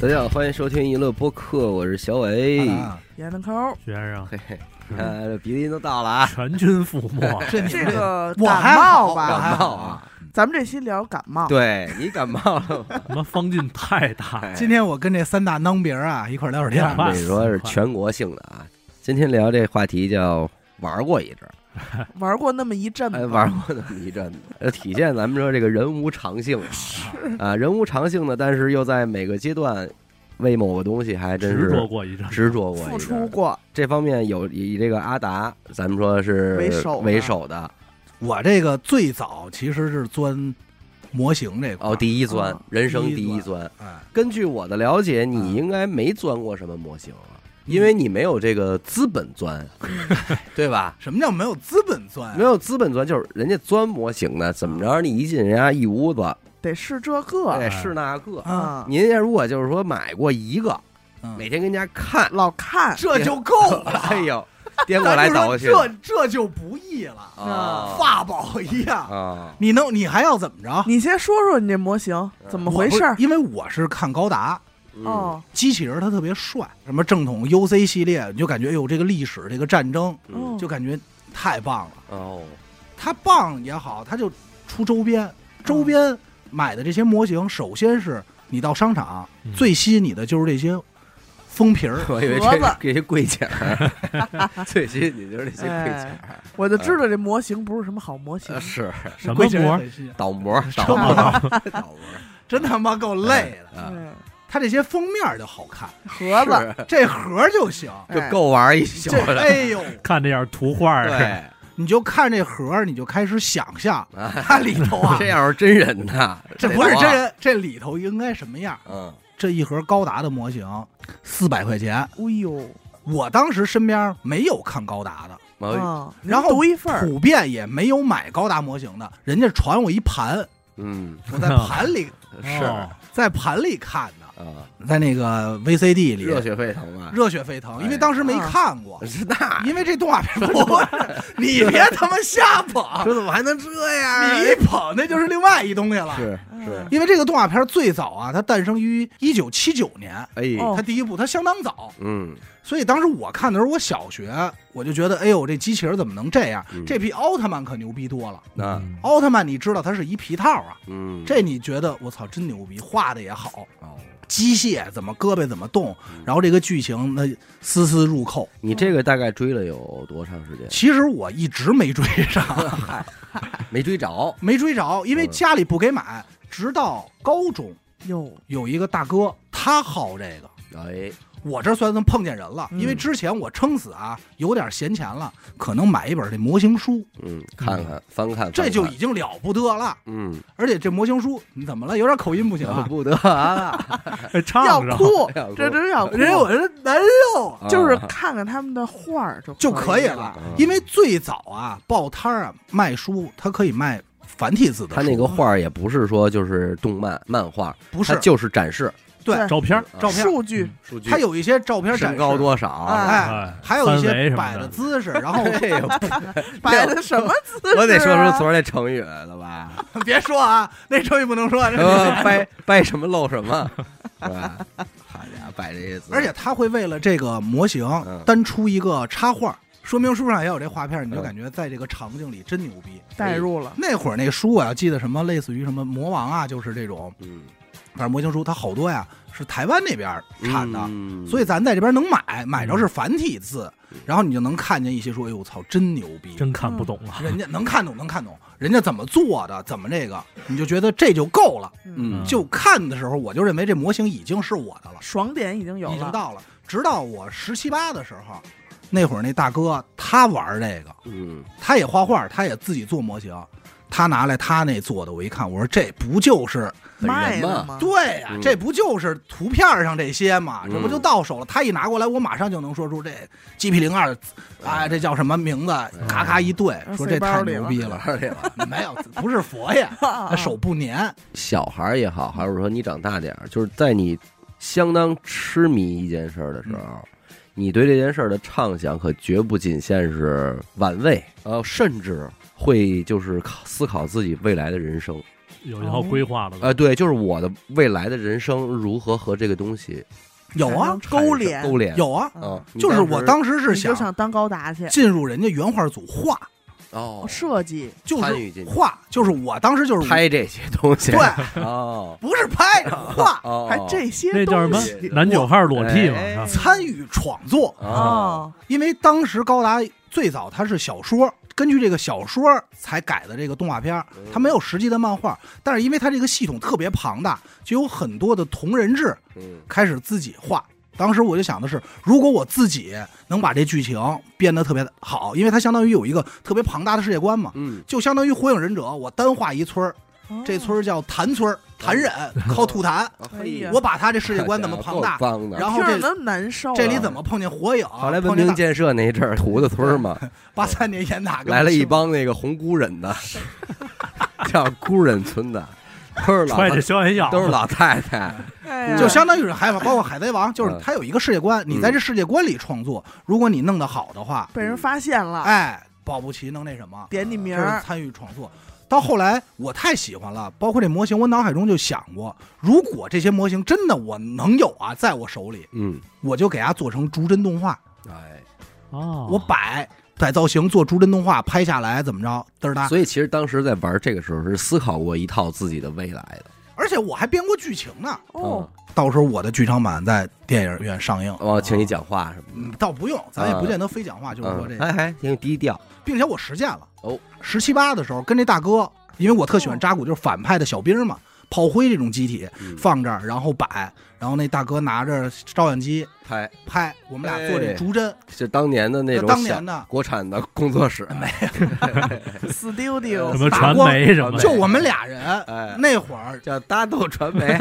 大家好，欢迎收听娱乐播客，我是小伟。 闫德抠学生， 嘿嘿，你看这鼻音都到了啊， 全军覆没。 这个我感冒吧， 感冒啊， 咱们这期聊感冒。 对你感冒了吗？ 他妈方劲太大。 今天我跟这三大囊鼻啊一块聊会儿天。 你说是全国性的啊。今天聊这话题叫玩过一阵儿， 玩过那么一阵子， 玩过那么一阵子，体现咱们说这个人无常性啊，人无常性的，但是又在每个阶段为某个东西还真是执着过一阵， 执着过一阵， 付出过。 这方面有以这个阿达，咱们说是为首的。 我这个最早其实是钻模型这块第一钻，人生第一钻。根据我的了解，你应该没钻过什么模型啊，因为你没有这个资本钻，对吧？ 什么叫没有资本钻？ 没有资本钻就是人家钻模型的，怎么着？你一进人家一屋子， 得是这个， 得是那个啊。 您家如果就是说买过一个，每天跟家看， 老看， 这就够了。 哎呦，颠过来倒过去， 这就不易了啊， 法宝一样啊！ 你还要怎么着？ 你先说说你这模型怎么回事？ 因为我是看高达。 哦， 机器人它特别帅，什么正统 UC 系列，你就感觉哎呦这个历史这个战争，就感觉太棒了哦。 它棒也好，它就出周边，周边买的这些模型，首先是你到商场最吸引你的就是这些封皮儿， 我以为这些柜姐最吸引你就是这些柜姐。 我就知道这模型不是什么好模型， 是什么模？ 倒模， 真他妈够累的。它这些封面就好看， 盒子这盒就行， 就够玩一宿了。 哎呦， 看这样图画， 对， 你就看这盒，你就开始想象它里头啊， 这样是真人呐， 这不是真人，这里头应该什么样？这一盒高达的模型400块钱。 哎呦， 我当时身边没有看高达的，然后独一份， 普遍也没有买高达模型的，人家传我一盘，我在盘里在盘里看的。在那个 VCD 里热血沸腾嘛， 热血沸腾，因为当时没看过， 是那， 因为这动画片不是，你别他妈瞎捧， 这怎么还能这样？ 你一捧那就是另外一东西了。 是， 因为这个动画片最早啊，它诞生于1979年，它第一部，它相当早，所以当时我看的时候，我小学我就觉得，哎呦，这机器人怎么能这样？这比奥特曼可牛逼多了。奥特曼你知道它是一皮套啊，这你觉得我操真牛逼，画的也好。机械怎么胳膊怎么动，然后这个剧情那丝丝入扣。 你这个大概追了有多长时间？ 其实我一直没追上， 没追着， 因为家里不给买，直到高中有一个大哥他好这个，我这算碰见人了，因为之前我撑死啊有点闲钱了，可能买一本这模型书， 看看翻看， 这就已经了不得了，而且这模型书你怎么了？有点口音不行啊？ 不得啊， 要哭，这真要哭， 人我这难受， 就是看看他们的画就可以了，因为最早啊报摊啊卖书，它可以卖繁体字的， 它那个画也不是说就是动漫漫画， 不是， 它就是展示。 对， 照片数据， 它有一些照片展示， 身高多少， 还有一些摆的姿势，然后摆的什么姿势？ 我得说出昨儿那成语来了吧？ 别说啊，那成语不能说， 掰什么露什么，是吧？好家伙，摆这些姿势， 而且他会为了这个模型单出一个插画。说明书上也有这画片，你就感觉在这个场景里真牛逼， 带入了。 那会儿那书我要记得什么，类似于什么魔王啊，就是这种，反正模型书它好多呀，是台湾那边产的，所以咱在这边能买着是繁体字，然后你就能看见一些说，哎呦我操，真牛逼， 真看不懂啊！ 人家能看懂，人家怎么做的，怎么这个，你就觉得这就够了。就看的时候，我就认为这模型已经是我的了， 爽点已经有了， 已经到了。直到我17、18的时候。那会儿那大哥他玩这个，他也画画，他也自己做模型，他拿来他那做的，我一看，我说这不就是卖的吗？ 对呀，这不就是图片上这些吗？这不就到手了？他一拿过来，我马上就能说出这 GP02，这叫什么名字？咔咔一对，说这太牛逼了。没有，不是佛爷，手不粘。 小孩也好，还是说你长大点，就是在你相当痴迷一件事的时候。你对这件事的畅想可绝不仅限是玩味，甚至会就是思考自己未来的人生。 有一套规划了。 对，就是我的未来的人生如何和这个东西有啊勾连有啊，就是我当时是想当高达去， 进入人家原画组画。 设计就是画，就是我当时就是拍这些东西， 对，不是拍画， 还这些那叫什么男9号裸替嘛， 参与创作因为当时高达最早它是小说，根据这个小说才改的这个动画片，它没有实际的漫画，但是因为它这个系统特别庞大，就有很多的同人志，开始自己画。当时我就想的是，如果我自己能把这剧情编得特别好，因为它相当于有一个特别庞大的世界观嘛，就相当于火影忍者，我单画一村这村叫谭村，谭忍靠吐痰，我把他这世界观怎么庞大，然后这里怎么碰见火影， 后来文明建设那一阵屠的村嘛 ，83年演哪个来了一帮那个红姑忍的，叫姑忍村的。 揣着消炎药， 都是老太太， 就相当于是包括海贼王，就是它有一个世界观，你在这世界观里创作，如果你弄得好的话， 被人发现了， 保不齐能那什么， 点你名参与创作。到后来我太喜欢了，包括这模型，我脑海中就想过，如果这些模型真的我能有在我手里，我就给它做成逐帧动画，我摆造型做逐帧动画拍下来怎么着嘚儿哒。 所以其实当时在玩这个时候是思考过一套自己的未来的， 而且我还编过剧情呢。到时候我的剧场版在电影院上映， 请你讲话什么的， 倒不用，咱也不见得非讲话，就是说这个还挺低调， 并且我实践了。17、18的时候跟这大哥，因为我特喜欢扎古，就是反派的小兵嘛。炮灰这种机体放这儿，然后摆，然后那大哥拿着照相机拍，我们俩做这逐帧， 是当年的那种当年的国产的工作室， 没有 ，studio 什么传媒什么， 就我们俩人，那会儿叫大豆传媒，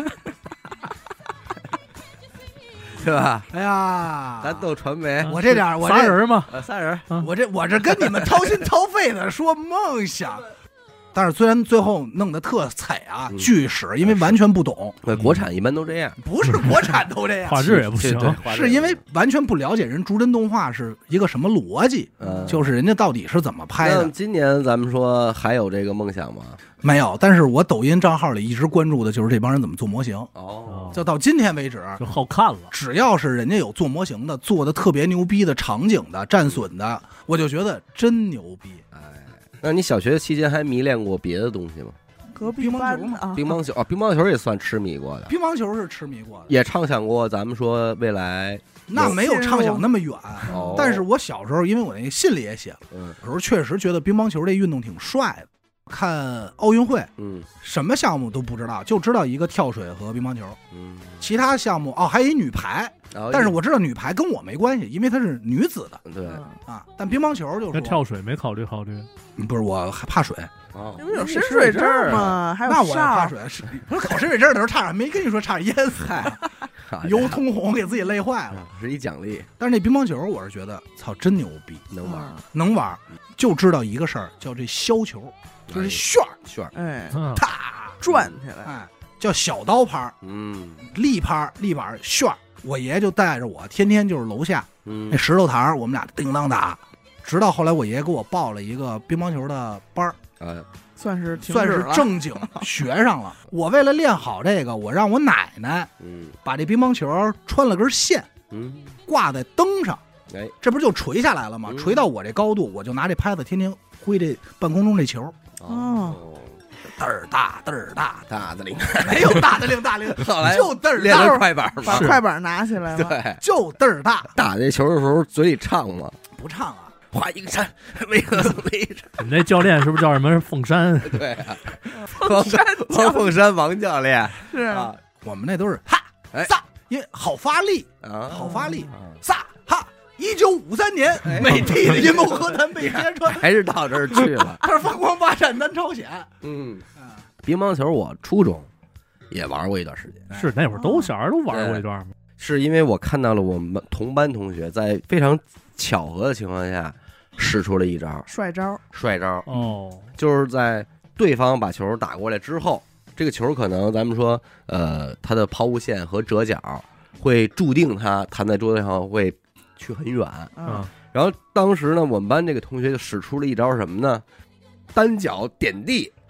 是吧？ 哎呀， 大豆传媒， 我这点我仨人嘛 ，3人， 我这跟你们掏心掏肺的说梦想。但是虽然最后弄得特惨巨屎，因为完全不懂。 国产一般都这样， 不是国产都这样， 画质也不行， 是因为完全不了解人逐帧动画是一个什么逻辑，就是人家到底是怎么拍的。 今年咱们说还有这个梦想吗？ 没有，但是我抖音账号里一直关注的就是这帮人怎么做模型。就到今天为止， 就好看了。 只要是人家有做模型的，做的特别牛逼的场景的、战损的，我就觉得真牛逼。 那你小学期间还迷恋过别的东西吗？ 隔壁班嘛， 乒乓球乒乓球也算痴迷过的。 乒乓球是痴迷过的， 也畅想过咱们说未来。 那没有畅想那么远，但是我小时候因为我那个信里也写了，有时候确实觉得乒乓球这运动挺帅的。看奥运会，什么项目都不知道，就知道一个跳水和乒乓球，其他项目还有一女排，但是我知道女排跟我没关系，因为她是女子的， 对但乒乓球就是跳水没考虑， 不是我还怕水， 你们有深水证吗？还有那我怕水，不是考深水证的时候差点没跟你说差点淹死，油通红给自己累坏了， 是一奖励。 但是那乒乓球我是觉得操真牛逼，能玩，就知道一个事儿叫这削球。就是旋儿，啪转起来， 叫小刀拍，立拍立板旋儿。我爷爷就带着我，天天就是楼下那石头台，我们俩叮当打，直到后来我爷爷给我报了一个乒乓球的班儿， 算是正经学上了。我为了练好这个，我让我奶奶把这乒乓球穿了根线，挂在灯上，这不就垂下来了吗？垂到我这高度，我就拿这拍子天天挥这半空中这球。嘚儿大嘚儿大， 大的铃没有大的铃大铃， 后来就嘚儿大， 练了快板， 把快板拿起来了， 对， 就嘚儿大。 打这球的时候嘴里唱吗？ 不唱啊， 画一个山，为何为着？ 你们那教练是不是叫什么凤山？ 对啊，王凤山王教练是啊， 我们那都是哈撒，因为好发力好发力，撒哈。1953年，美帝的阴谋和谈被揭穿， 还是到这儿去了。 他是疯狂发展南朝鲜。 乒乓球我初中也玩过一段时间， 是那会儿都小孩都玩过一段吗？ 是因为我看到了我们同班同学在非常巧合的情况下使出了一招帅招就是在对方把球打过来之后，这个球可能咱们说它的抛物线和折角会注定它弹在桌子上会去很远，然后当时呢，我们班这个同学就使出了一招什么呢？单脚点地，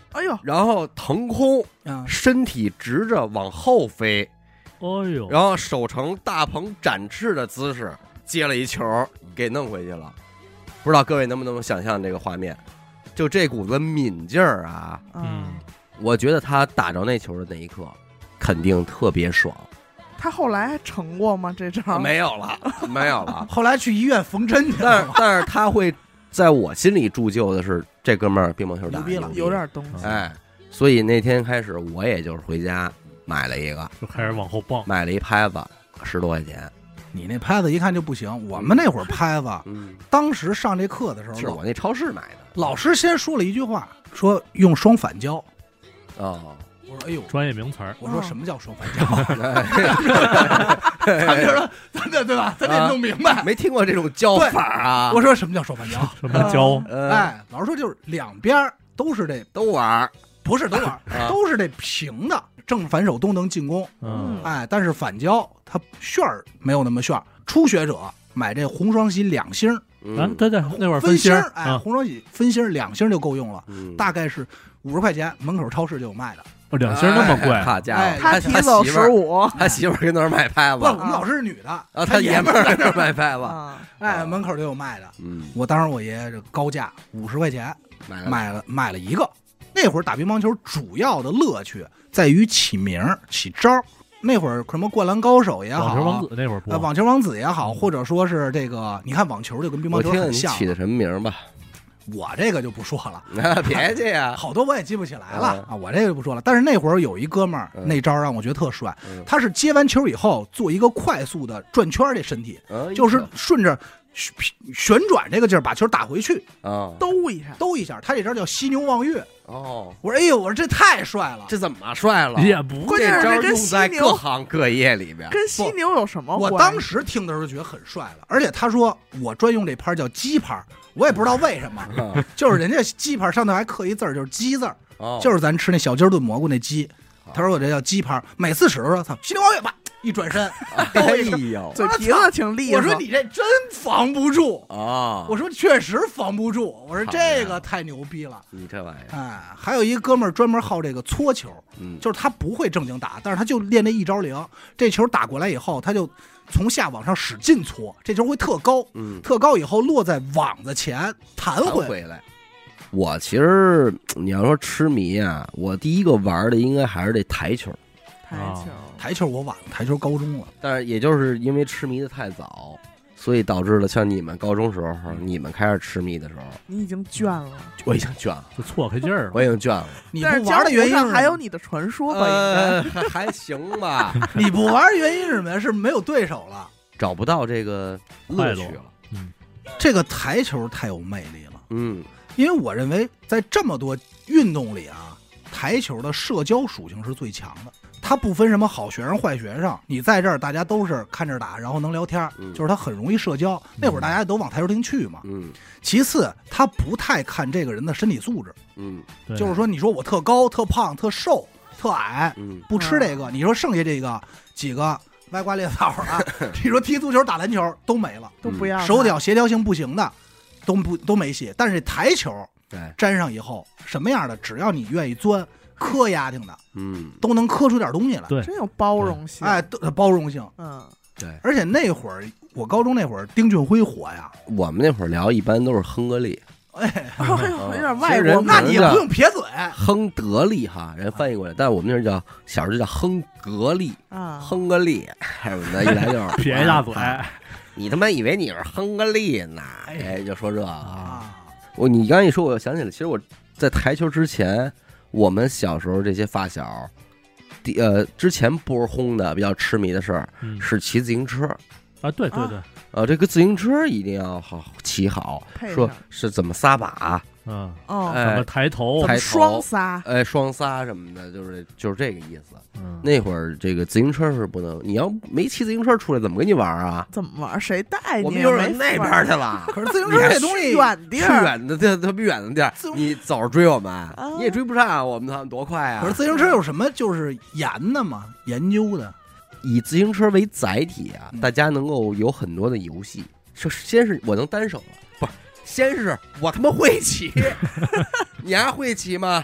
哎呦， 然后腾空，身体直着往后飞， 哎呦， 然后手呈大鹏展翅的姿势接了一球给弄回去了。不知道各位能不能想象这个画面？就这股子敏劲儿啊，我觉得他打着那球的那一刻，肯定特别爽。 他后来还成过吗？这招没有了，没有了。 后来去医院缝针去了。但是他会在我心里铸就的是，这哥们儿乒乓球打牛逼了， 有点东西。 哎，所以那天开始，我也就是回家买了一个， 就开始往后蹦， 买了一拍子，10多块钱。 你那拍子一看就不行，我们那会儿拍子，当时上这课的时候， 是我那超市买的。 老师先说了一句话，说用双反胶。 哦， 我说哎呦， 专业名词儿。 我说什么叫双反胶？咱得对吧？咱得弄明白。 没听过这种教法啊。 我说什么叫双反胶？ 什么胶？ 哎，老师说就是两边都是这都玩， 不是都玩，都是这平的，正反手都能进攻。哎，但是反胶它旋儿没有那么旋。初学者买这红双喜2星。 对，那会儿分星，哎，红双喜分星2星就够用了，大概是50块钱，门口超市就有卖的。 2星那么贵， 好家伙！ 他提走15， 他媳妇儿跟那儿卖拍子。 不，我们老师是女的， 他爷们儿跟那儿卖拍子。 哎，门口就有卖的。我当时我爷爷这高价50块钱买了一个。那会儿打乒乓球主要的乐趣在于起名起招。那会儿什么灌篮高手也好， 网球王子那会儿播， 网球王子也好，或者说是这个，你看网球就跟乒乓球很像。 你起的什么名吧？ 我这个就不说了， 别介呀， 好多我也记不起来了啊，我这个就不说了。但是那会儿有一哥们儿，那招让我觉得特帅，他是接完球以后做一个快速的转圈，这身体就是顺着旋转这个劲儿把球打回去啊， 兜一下，他这招叫犀牛望月。 哦， 我说哎呦，我说这太帅了， 这怎么帅了？ 也不， 关键是这跟用在各行各业里边， 跟犀牛有什么关系？ 我当时听的时候觉得很帅了，而且他说我专用这拍叫鸡拍，我也不知道为什么，就是人家鸡拍上头还刻一字就是鸡字，就是咱吃那小鸡炖蘑菇那鸡。他说我这叫鸡拍，每次使的时候，操，犀牛望月吧。一转身， 哎呦， 嘴皮子挺厉害。 我说你这真防不住啊！ 我说确实防不住。我说这个太牛逼了。 你这玩意儿， 哎，还有一哥们儿专门好这个搓球，就是他不会正经打，但是他就练这一招灵。这球打过来以后，他就从下往上使劲搓，这球会特高，特高以后落在网子前弹回来。 我其实你要说痴迷啊，我第一个玩的应该还是这台球。 台球我晚了，台球高中了， 但是也就是因为痴迷的太早，所以导致了像你们高中时候，你们开始痴迷的时候， 你已经倦了， 我已经倦了， 就错开劲儿了， 我已经倦了。 你不玩的原因还有你的传说吧？ 还行吧。 你不玩的原因是什么？是没有对手了， 找不到这个乐趣了。 这个台球太有魅力了。因为我认为在这么多运动里啊，台球的社交属性是最强的。它不分什么好学生坏学生，你在这儿大家都是看着打，然后能聊天，就是它很容易社交。那会儿大家都往台球厅去嘛。其次，他不太看这个人的身体素质。就是说，你说我特高、特胖、特瘦、特矮，不吃这个。你说剩下这个几个歪瓜裂枣的，你说踢足球、打篮球都没了， 都不要手脚协调性不行的，都没戏。但是台球沾上以后，什么样的只要你愿意钻。磕丫挺的，都能磕出点东西来， 真有包容性， 哎，包容性， 对。 而且那会儿我高中那会儿，丁俊晖火呀。 我们那会儿聊一般都是亨格利， 哎，有点外国， 那你也不用撇嘴， 亨德利哈，人翻译过来，但是我们那儿叫小时候就叫亨格利亨格利什么的，一来就是撇一大嘴， 你他妈以为你是亨格利呢？哎，就说这啊，你刚才一说，我想起来，其实我在台球之前。我们小时候这些发小，之前波轰的比较痴迷的事儿是骑自行车啊，对对对， 这个自行车一定要好骑好，说是怎么撒把， 怎么抬头， 双撒， 双撒什么的，就是这个意思。那会儿这个自行车是不能，你要没骑自行车出来，怎么跟你玩啊？ 怎么玩？谁带你？ 我们就是那边去了。 可是自行车这东西远地儿， 远的地，特别远的地儿，你走着追我们，你也追不上我们，他们多快啊！ 可是自行车有什么就是研的嘛？研究的， 以自行车为载体啊，大家能够有很多的游戏。先是我能单手了，不是，先是我他妈会骑，你还会骑吗？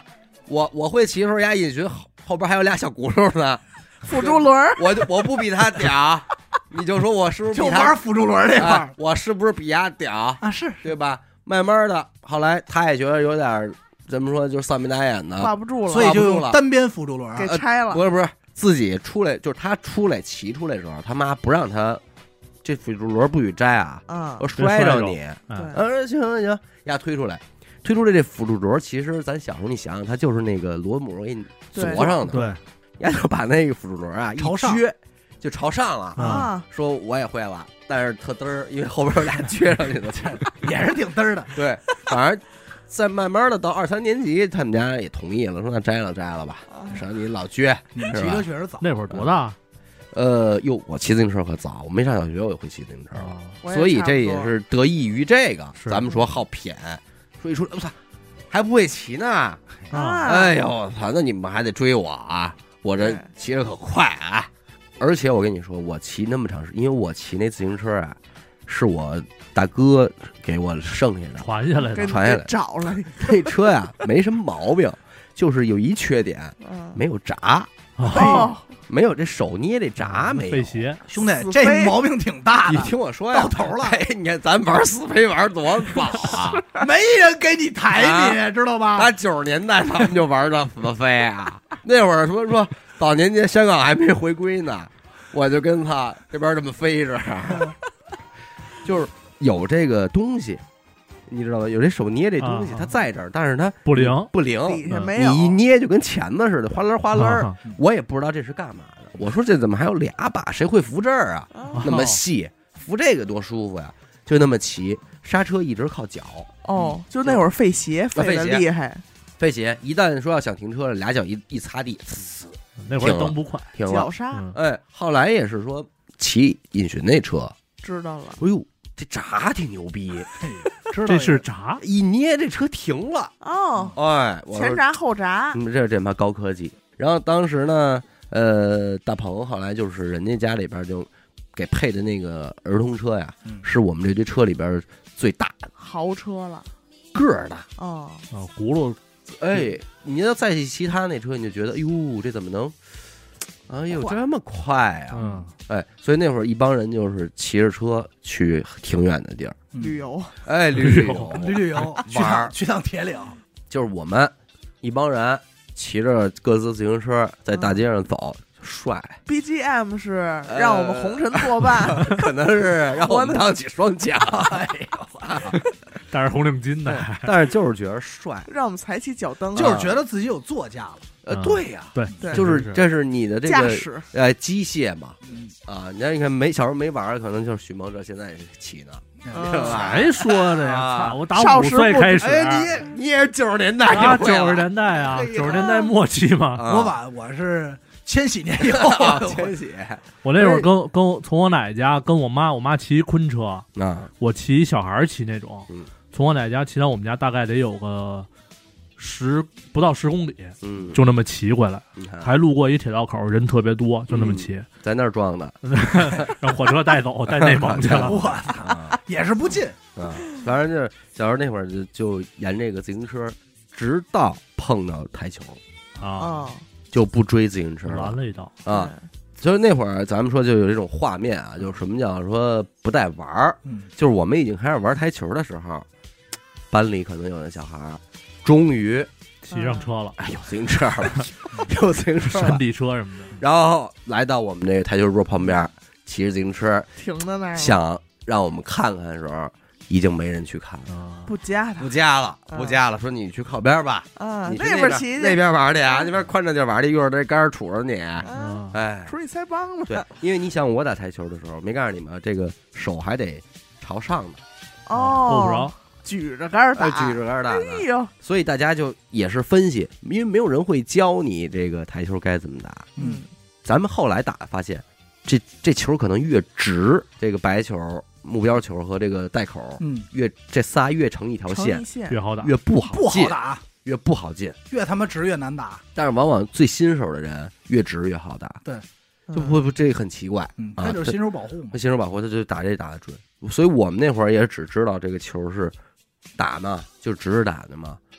我会骑的时候，引擎后边还有俩小轱辘呢， 辅助轮， 我不比他屌，你就说我是不是比他就玩辅助轮这块， 我是不是比他屌啊？是对吧？慢慢的，后来他也觉得有点怎么说，就是丧眉打眼的， 挂不住了， 所以就用单边辅助轮给拆了。 不是自己出来，就是他出来骑出来的时候，他妈不让他这辅助轮不许摘啊，我摔着你，行，呀推出来这辅助轮，其实咱小时候你想想，它就是那个螺母给你锁上的， 对， 呀就把那个辅助轮啊一撅就朝上了啊， 说我也会了，但是特嘚儿，因为后边有俩撅上去的， 也是挺嘚儿的， 对，反正再慢慢的到2、3年级，他们家也同意了，说那摘了吧，省你老撅， 你骑车确实早， 那会儿多大？ 我骑自行车可早，我没上小学我就会骑自行车了，所以这也是得益于这个。咱们说好谝，说一出来，我操，还不会骑呢！哎呦我操，那你们还得追我啊！我这骑着可快啊！而且我跟你说，我骑那么长时间，因为我骑那自行车啊，是我大哥给我剩下的， 传下来找了那车呀，没什么毛病，就是有一缺点，没有闸。没有这手捏这闸没有， 费鞋， 兄弟，这毛病挺大的。 你听我说呀， 到头了。 你看咱玩死飞玩多早啊， 没人给你抬你，知道吧？ 那90年代他们就玩到死飞啊，那会儿说早年间香港还没回归呢，我就跟他这边这么飞着，就是有这个东西。你知道吧？有这手捏这东西，它在这儿，但是它不灵， 底下没有。 你一捏就跟钳子似的，哗啦哗啦。我也不知道这是干嘛的。我说这怎么还有2把？谁会扶这儿啊？那么细，扶这个多舒服呀！就那么骑，刹车一直靠脚。 就那会儿费鞋费的厉害， 费鞋。一旦说要想停车了，俩脚一擦地， 那会儿蹬不快， 停了。 脚刹。 后来也是说骑引擎那车， 知道了。 哎呦，这闸挺牛逼。 这是闸， 一捏这车停了前闸后闸， 这妈高科技。然后当时呢，大鹏后来就是人家家里边就给配的那个儿童车呀，是我们这堆车里边最大的豪车了， 个儿大轱辘， 你要再去骑他那车，你就觉得，哎呦，这怎么能？哎呦，这么快啊！所以那会儿一帮人就是骑着车去挺远的地儿旅游， 旅游去趟铁岭， 就是我们一帮人骑着各自自行车在大街上走，帅。 BGM 是让我们红尘作伴， 可能是让我们荡起双桨。哎呦， 带着红领巾的， 但是就是觉得帅， 让我们踩起脚蹬， 就是觉得自己有座驾了。 对呀， 对， 就是这是你的这个机械嘛，你看小时候没玩，可能就是许梦哲现在也骑呢， 谁说的呀？我打5岁开始， 你也是90年代啊，90年代啊，90年代末期嘛， 我是千禧年以后， 千禧。 我那会儿从我奶奶家跟我妈骑昆车，我骑小孩骑那种，从我奶奶家骑到我们家大概得有个不到10公里，就那么骑回来，还路过一铁道口，人特别多，就那么骑， 在那儿撞的， 让火车带走，带内蒙去了， 也是不近反正就是小时候那会儿就沿这个自行车，直到碰到台球就不追自行车了， 完了一道就是那会儿咱们说就有这种画面啊，就是什么叫说不带玩儿，就是我们已经开始玩台球的时候，班里可能有的小孩终于骑上车了， 有自行车了，有自行车， 山地车什么的， 然后来到我们那个台球桌旁边，骑着自行车停在那儿， 想让我们看看的时候，已经没人去看了， 不加了，说你去靠边吧，你那边骑那边玩去啊，那边宽着地玩去，一会儿这杆杵着你， 杵你腮帮子。 对，因为你想我打台球的时候，没告诉你们，这个手还得朝上的， 够不着。 举着杆打， 哎呦！所以大家就也是分析，因为没有人会教你这个台球该怎么打。咱们后来打发现，这球可能越直，这个白球、目标球和这个带口，这仨越成一条线， 越好打， 越不好打， 越不好进， 越他妈直越难打。 但是往往最新手的人越直越好打。 对， 就不这很奇怪他就是新手保护嘛。 新手保护他就打这打得准，所以我们那会儿也只知道这个球是。打嘛，就直着打的嘛。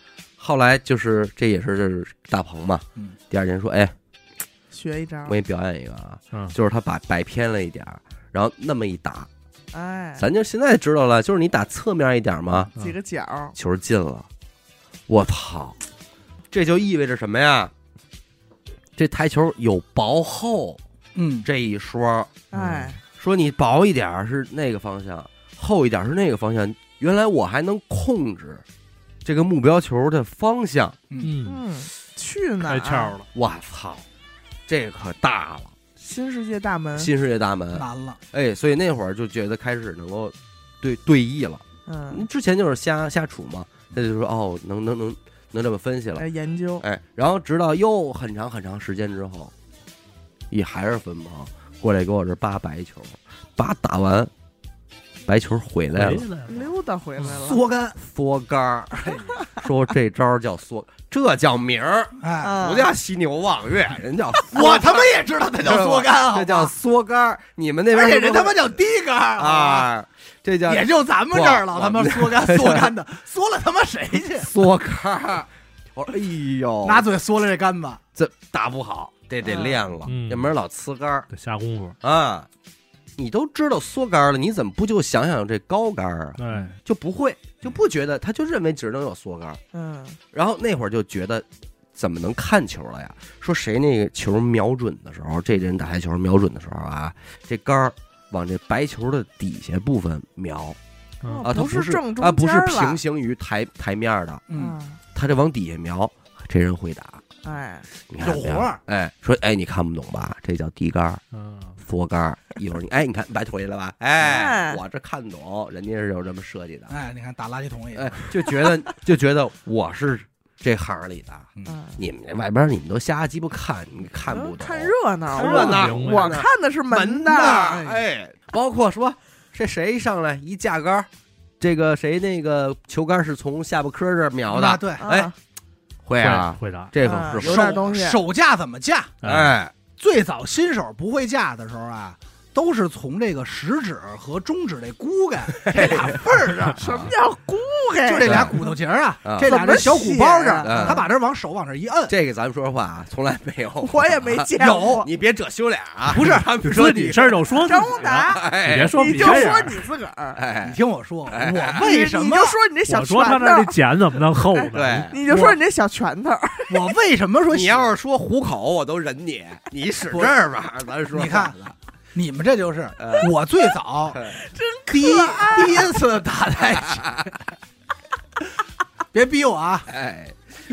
后来就是这也是大鹏嘛，第二天说，哎， 学一招， 我给你表演一个啊，就是他把摆偏了一点，然后那么一打， 哎， 咱就现在知道了，就是你打侧面一点嘛， 几个角， 球进了，我操，这就意味着什么呀？这台球有薄厚，这一说， 哎， 说你薄一点是那个方向，厚一点是那个方向，原来我还能控制这个目标球的方向， 去哪儿？ 开窍了， 我操，这可大了， 新世界大门， 新世界大门难了， 哎，所以那会儿就觉得开始能够对弈了，之前就是瞎杵嘛，他就说哦，能这么分析了， 研究， 哎，然后直到又很长时间之后，也还是分不好，过来给我这扒白球，扒打完，白球回来了， 溜达回来了， 缩杆， 说这招叫缩，这叫名儿， 哎， 不叫犀牛望月，人叫我他妈也知道它叫缩杆， 这叫缩杆，你们那边而且人他妈叫低杆啊，这叫也就咱们这儿了，他妈缩杆的，缩了他妈谁去？ 缩杆，我说哎呦， 拿嘴缩了这杆子， 这打不好，这得练了，要不然老呲杆， 得下功夫啊。你都知道缩杆了，你怎么不就想想这高杆啊？ 对， 就不会，就不觉得，他就认为只能有缩杆。然后那会儿就觉得怎么能看球了呀？说谁那个球瞄准的时候，这人打台球瞄准的时候啊，这杆儿往这白球的底下部分瞄，它不是正中啊，不是平行于台面的，他这往底下瞄，这人会打。 哎， 有活哎，说哎，你看不懂吧？这叫低杆，缩杆。一会儿你看白腿了吧？哎，我这看懂，人家是有这么设计的。 哎，你看打垃圾桶里， 哎，就觉得我是这行里的。你们外边你们都瞎鸡巴看，你看不懂， 看热闹，我看的是门的。 哎，包括说这谁上来一架杆，这个谁那个球杆是从下巴颏这儿瞄的， 对， 哎。会啊， 会的， 这可是手架怎么架？ 哎， 最早新手不会架的时候啊，都是从这个食指和中指这骨干这俩缝儿上。 什么叫骨干？ 就这俩骨头节啊，这俩这小鼓包上，他把这往手往这一摁。 这个咱们说实话啊，从来没有， 我也没见过。 有，你别遮羞脸啊！ 不是， 你说你事儿就说张达， 你别说， 你就说你自个儿。 哎， 你听我说，我为什么？ 你就说你这小拳头， 我说他那茧怎么能厚呢？ 对， 你就说你这小拳头。 我为什么说你要是说虎口，我都忍你。你使这儿吧，咱说。 你看，你们这就是我最早第一次打太极。别逼我啊！ 哎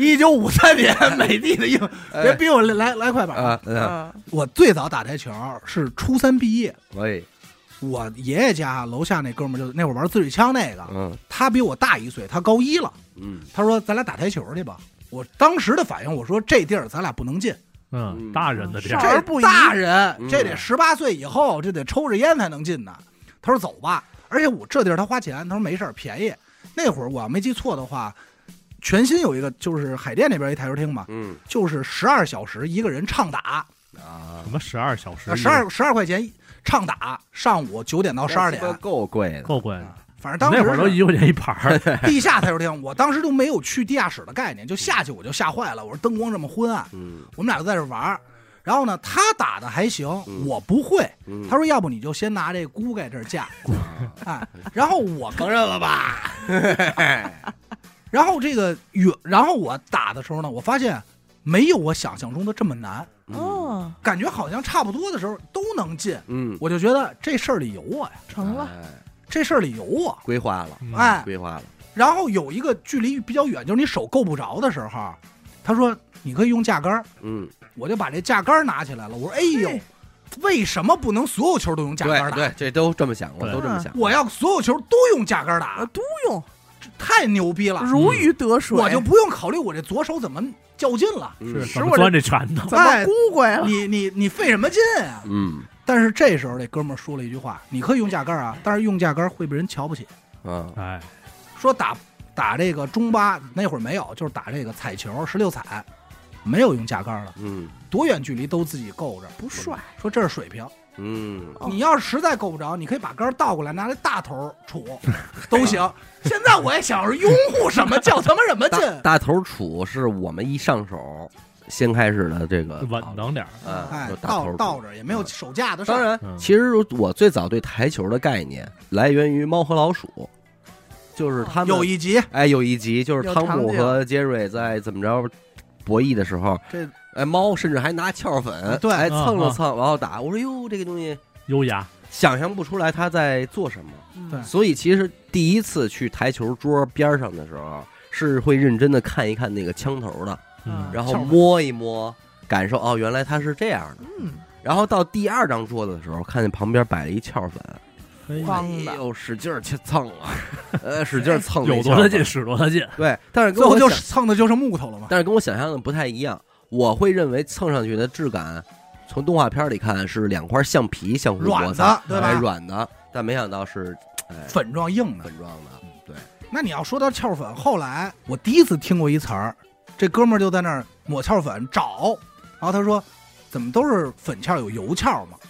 ，1953年美的的硬，别逼我来快板啊！我最早打台球是初3毕业。 哎， 我爷爷家楼下那哥们儿就那会儿玩自水枪那个，他比我大1岁，他高1了。他说咱俩打台球去吧。我当时的反应，我说这地儿咱俩不能进。 大人的地儿， 这大人这得18岁以后，这得抽着烟才能进呢。他说走吧，而且我这地儿他花钱，他说没事便宜。那会儿我要没记错的话。全新有一个就是海淀那边一台球厅嘛，就是12小时一个人畅打啊，什么12小时 ？12块钱畅打，上午9点到12点， 够贵的， 够贵的。 反正当时那会儿都1块钱一盘。 地下台球厅，我当时都没有去地下室的概念，就下去我就吓坏了。我说灯光这么昏暗，我们俩就在这玩。然后呢，他打的还行，我不会。他说要不你就先拿这骨盖这儿架，哎，然后我承认了吧。 然后然后我打的时候呢，我发现没有我想象中的这么难，感觉好像差不多的时候都能进，我就觉得这事儿里有我呀， 成了， 这事儿里有我， 规划了， 哎， 规划了。 然后有一个距离比较远，就是你手够不着的时候，他说你可以用架杆，我就把这架杆拿起来了，我说哎呦。为什么不能所有球都用架杆打？ 对，这都这么想过，都这么想。 我要所有球都用架杆打， 都用。 太牛逼了， 如鱼得水， 我就不用考虑我这左手怎么较劲了， 怎么钻这拳头， 怎么咕鬼了？ 你费什么劲啊？但是这时候这哥们儿说了一句话：你可以用架杆啊，但是用架杆会被人瞧不起。 哎， 说打这个中巴那会儿没有，就是打这个彩球16彩，没有用架杆的。多远距离都自己够着， 不帅。 说这是水平， 你要是实在够不着，你可以把杆倒过来，拿那大头杵都行。现在我也想是拥护什么叫他妈什么劲。 大头杵是我们一上手先开始的这个稳当点倒着也没有手架的事。 当然，其实我最早对台球的概念来源于猫和老鼠。就是他们有一集， 就是汤姆和杰瑞在怎么着博弈的时候，猫甚至还拿跷粉， 对， 蹭了蹭，然后打。我说哟，这个东西优雅， 想象不出来他在做什么。 对， 所以其实第一次去台球桌边上的时候，是会认真的看一看那个枪头的，然后摸一摸，感受哦，原来它是这样的。然后到第二张桌子的时候，看见旁边摆了一跷粉。使劲去蹭啊，使劲蹭， 有多大劲使多大劲。 对，但是最后就蹭的就是木头了嘛。 但是跟我想象的不太一样，我会认为蹭上去的质感，从动画片里看是两块橡皮相互摩擦， 对吧？ 软的，但没想到是粉状硬的， 粉状的。对， 那你要说到跷粉，后来我第一次听过一词儿，这哥们儿就在那儿抹跷粉找，然后他说。怎么都是粉跷有油跷嘛？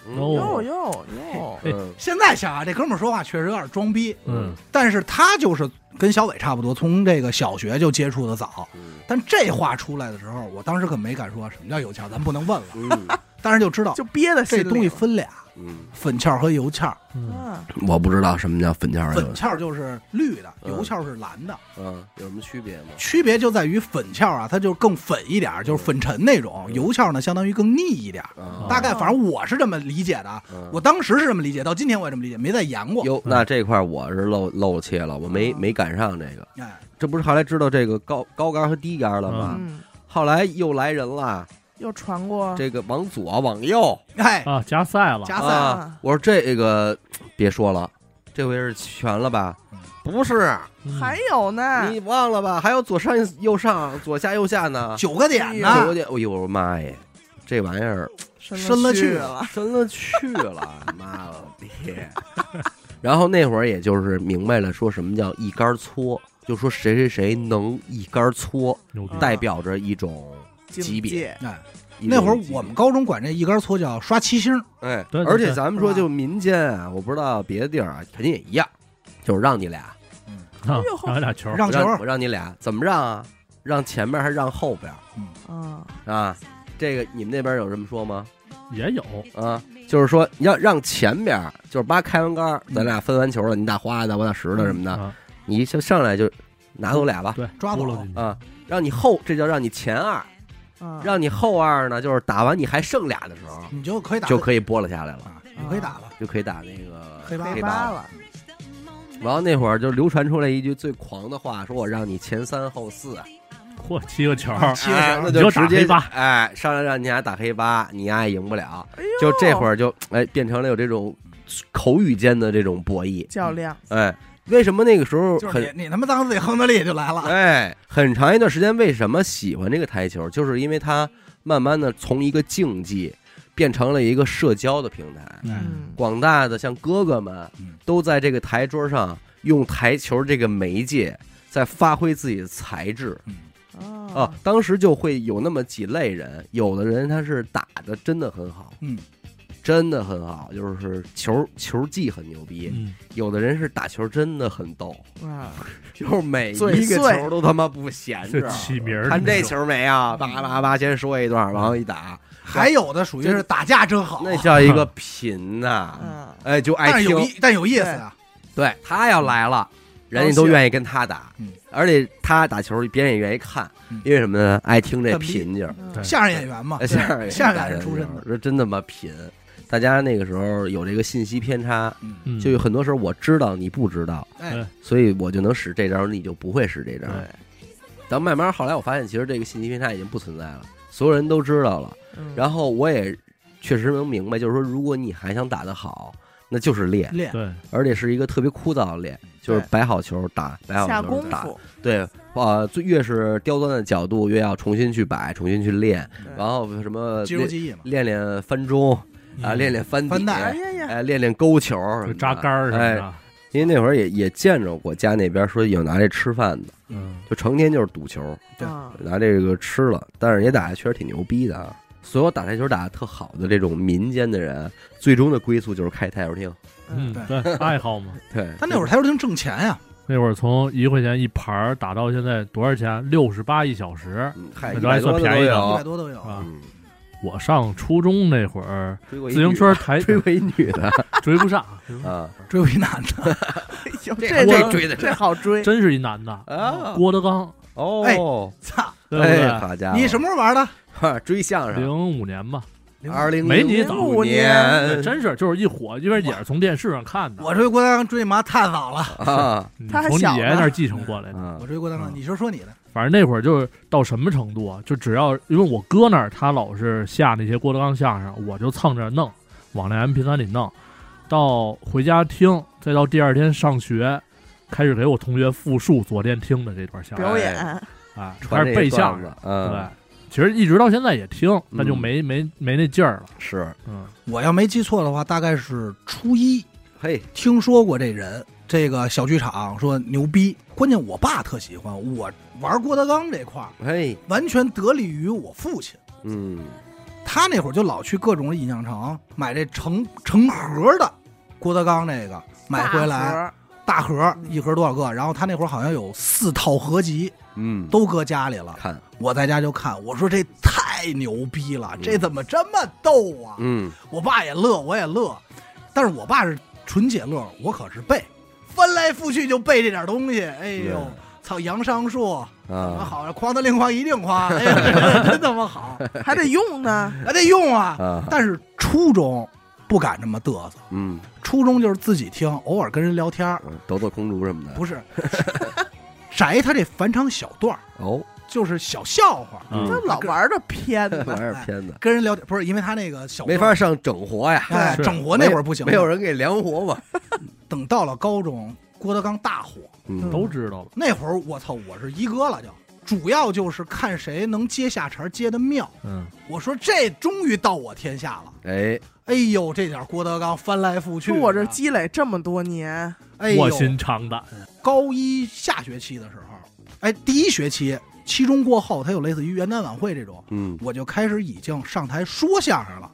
现在想啊，这哥们儿说话确实有点装逼。但是他就是跟小伟差不多，从这个小学就接触的早。但这话出来的时候，我当时可没敢说什么叫油跷，咱不能问了。但是就知道， 就憋的这东西分俩。粉跷和油跷。 我不知道什么叫粉跷。 粉跷就是绿的，油跷是蓝的。 有什么区别吗？ 区别就在于粉跷啊，它就更粉一点，就是粉尘那种；油跷呢，相当于更腻一点。大概反正我是这么理解的，我当时是这么理解，到今天我也这么理解，没再研过。 哟，那这块我是漏怯了，我没赶上这个。这不是后来知道这个高杆和低杆了吗？后来又来人了。 又传过这个往左往右， 加赛了， 加赛了。 我说这个别说了，这回是全了吧？不是， 还有呢， 你忘了吧？还有左上右上，左下右下呢 ，9个点呢 ，9个点。哎呦我妈耶，这玩意儿深了去了， 妈了爹！然后那会儿也就是明白了，说什么叫一杆搓，就说谁能一杆搓，代表着一种。级别那会儿我们高中管这一杆搓叫刷七星。 对，而且咱们说就民间啊，我不知道别的地儿啊，肯定也一样，就是让你俩， 让俩球， 让球， 我让你俩怎么让啊？让前面还是让后边？这个你们那边有这么说吗？ 也有啊，就是说要让前边，就是把开完杆，咱俩分完球了，你打花的，我打实的什么的，你就上来就拿走俩吧， 对， 抓走啊，让你后，这叫让你前二。让你后二呢，就是打完你还剩俩的时候， 你就可以拨了下来了， 你可以打了， 就可以打那个黑八了。 然后那会儿就流传出来一句最狂的话，说我让你前3后4， 嚯，7个球， 那就直接上来让你俩打黑八，你俩也赢不了。就这会儿就变成了有这种口语间的这种博弈较量。 为什么那个时候你他妈当自己亨德利就来了？ 很长一段时间为什么喜欢这个台球，就是因为它慢慢的从一个竞技变成了一个社交的平台。广大的像哥哥们都在这个台桌上用台球这个媒介在发挥自己的才智。当时就会有那么几类人，有的人他是打的真的很好，真的很好，就是球技很牛逼。有的人是打球真的很逗，就是每一个球都他妈不闲着。 起名看这球没啊？叭先说一段，然后一打。 还有的属于是打架真好， 那叫一个品呐。就爱听， 但有意思啊。 对，他要来了，人家都愿意跟他打，而且他打球别人也愿意看，因为什么呢？爱听这品劲儿。 相声演员嘛，相声演员出身的， 真他妈品。大家那个时候有这个信息偏差，就有很多时候我知道你不知道，所以我就能使这招，你就不会使这招。但慢慢后来我发现，其实这个信息偏差已经不存在了，所有人都知道了。然后我也确实能明白，就是说，如果你还想打得好，那就是练， 对， 而且是一个特别枯燥的练，就是摆好球打，摆好球打，对，越是刁钻的角度，越要重新去摆，重新去练，然后什么肌肉记忆嘛， 练练翻中。练练翻底，练练勾球， 扎杆什么的。 因为那会儿也见着我家那边说有拿这吃饭的，就成天就是赌球，拿这个吃了，但是也打的确实挺牛逼的啊。 所有打台球打得特好的这种民间的人，最终的归宿就是开台球厅。 对，爱好嘛。 对， 他那会儿台球厅挣钱呀。 那会儿从1块钱一盘打到现在多少钱？68一小时，那还算便宜的 ，100多都有啊。我上初中那会儿，自行车追过一女的， 追不上啊， 追过一男的， 这追的这好追， 真是一男的啊，郭德纲。 哦， 操！ 哎，好家伙！ 你什么时候玩的？ 追相声 ，05年吧。 没你早 5年， 真是就是一火，因为也是从电视上看的。 我追郭德纲追妈太早了啊！ 他还从你爷爷那儿继承过来的。 我追郭德纲，你说你的。 反正那会儿就是到什么程度啊？就只要因为我哥那儿他老是下那些郭德纲相声，我就蹭着弄，往那 MP3 里弄，到回家听，再到第二天上学，开始给我同学复述左殿听的这段相声表演啊，开始背相声。对。其实一直到现在也听，那就没那劲儿了。 是， 我要没记错的话，大概是初一，听说过这人，这个小剧场说牛逼。关键我爸特喜欢我玩郭德纲这块儿，完全得力于我父亲。他那会儿就老去各种印象城买这成盒的郭德纲这个买回来，大盒一盒多少个？然后他那会儿好像有4套合集。都搁家里了。 看， 我在家就看，我说这太牛逼了，这怎么这么逗啊？我爸也乐，我也乐，但是我爸是纯解乐，我可是背，翻来覆去就背这点东西。哎呦，操，杨尚树怎么好？哐的令哐一定哐，哎呀，真他妈好， 还得用呢， 还得用啊。但是初中不敢这么嘚瑟，初中就是自己听，偶尔跟人聊天， 抖空竹什么的， 不是。摘他这返场小段就是小笑话， 他老玩着片子， 跟人聊天不是因为他那个小没法上整活呀， 整活那会儿不行， 没有人给量活嘛。 等到了高中，郭德纲大火， 都知道了。 那会儿我操，我是一哥了，就主要就是看谁能接下茬接的妙。我说这终于到我天下了。哎呦，这点郭德纲翻来覆去， 我这积累这么多年。 卧薪尝胆。 高一下学期的时候，第一学期期中过后，他有类似于元旦晚会这种，我就开始已经上台说相声了。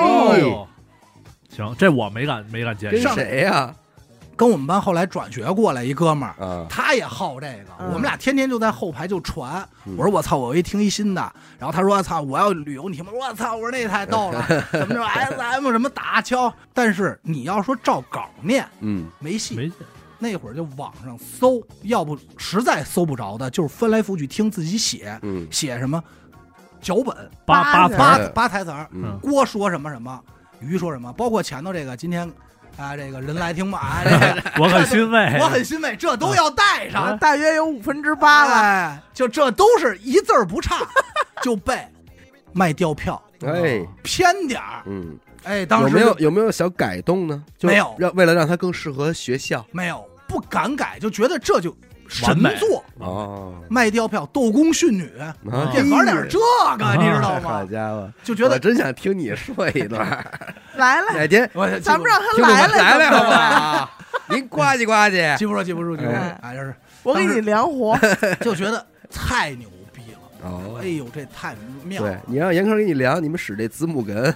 行，这我没敢接。 跟谁呀？ 跟我们班后来转学过来一哥们儿，他也好这个，我们俩天天就在后排就传。我说我操，我听一新的，然后他说操，我要旅游，你听吗？我操，我说那太逗了，怎么着 SM 什么打敲，但是你要说照稿念，没戏。那会儿就网上搜，要不实在搜不着的，就是翻来覆去听自己写，写什么脚本八台词儿，郭说什么什么，于说什么，包括前头这个今天。这个人来听吧， 我很欣慰， 我很欣慰，这都要带上， 大约有8%了， 就这都是一字不差就背，卖吊票，偏点儿，当时有没有小改动呢？ 没有， 为了让它更适合学校， 没有，不敢改，就觉得这就神作卖吊票，斗公训女，别玩点这个，你知道吗？ 好家伙， 就觉得真想听你说一段。 来了， 哪天咱们让他来好不好？您呱唧呱唧， 记不住，就是我给你量活， 就觉得太牛逼了。哎呦，这太妙了。 对，你让严科给你量，你们使这子母哏，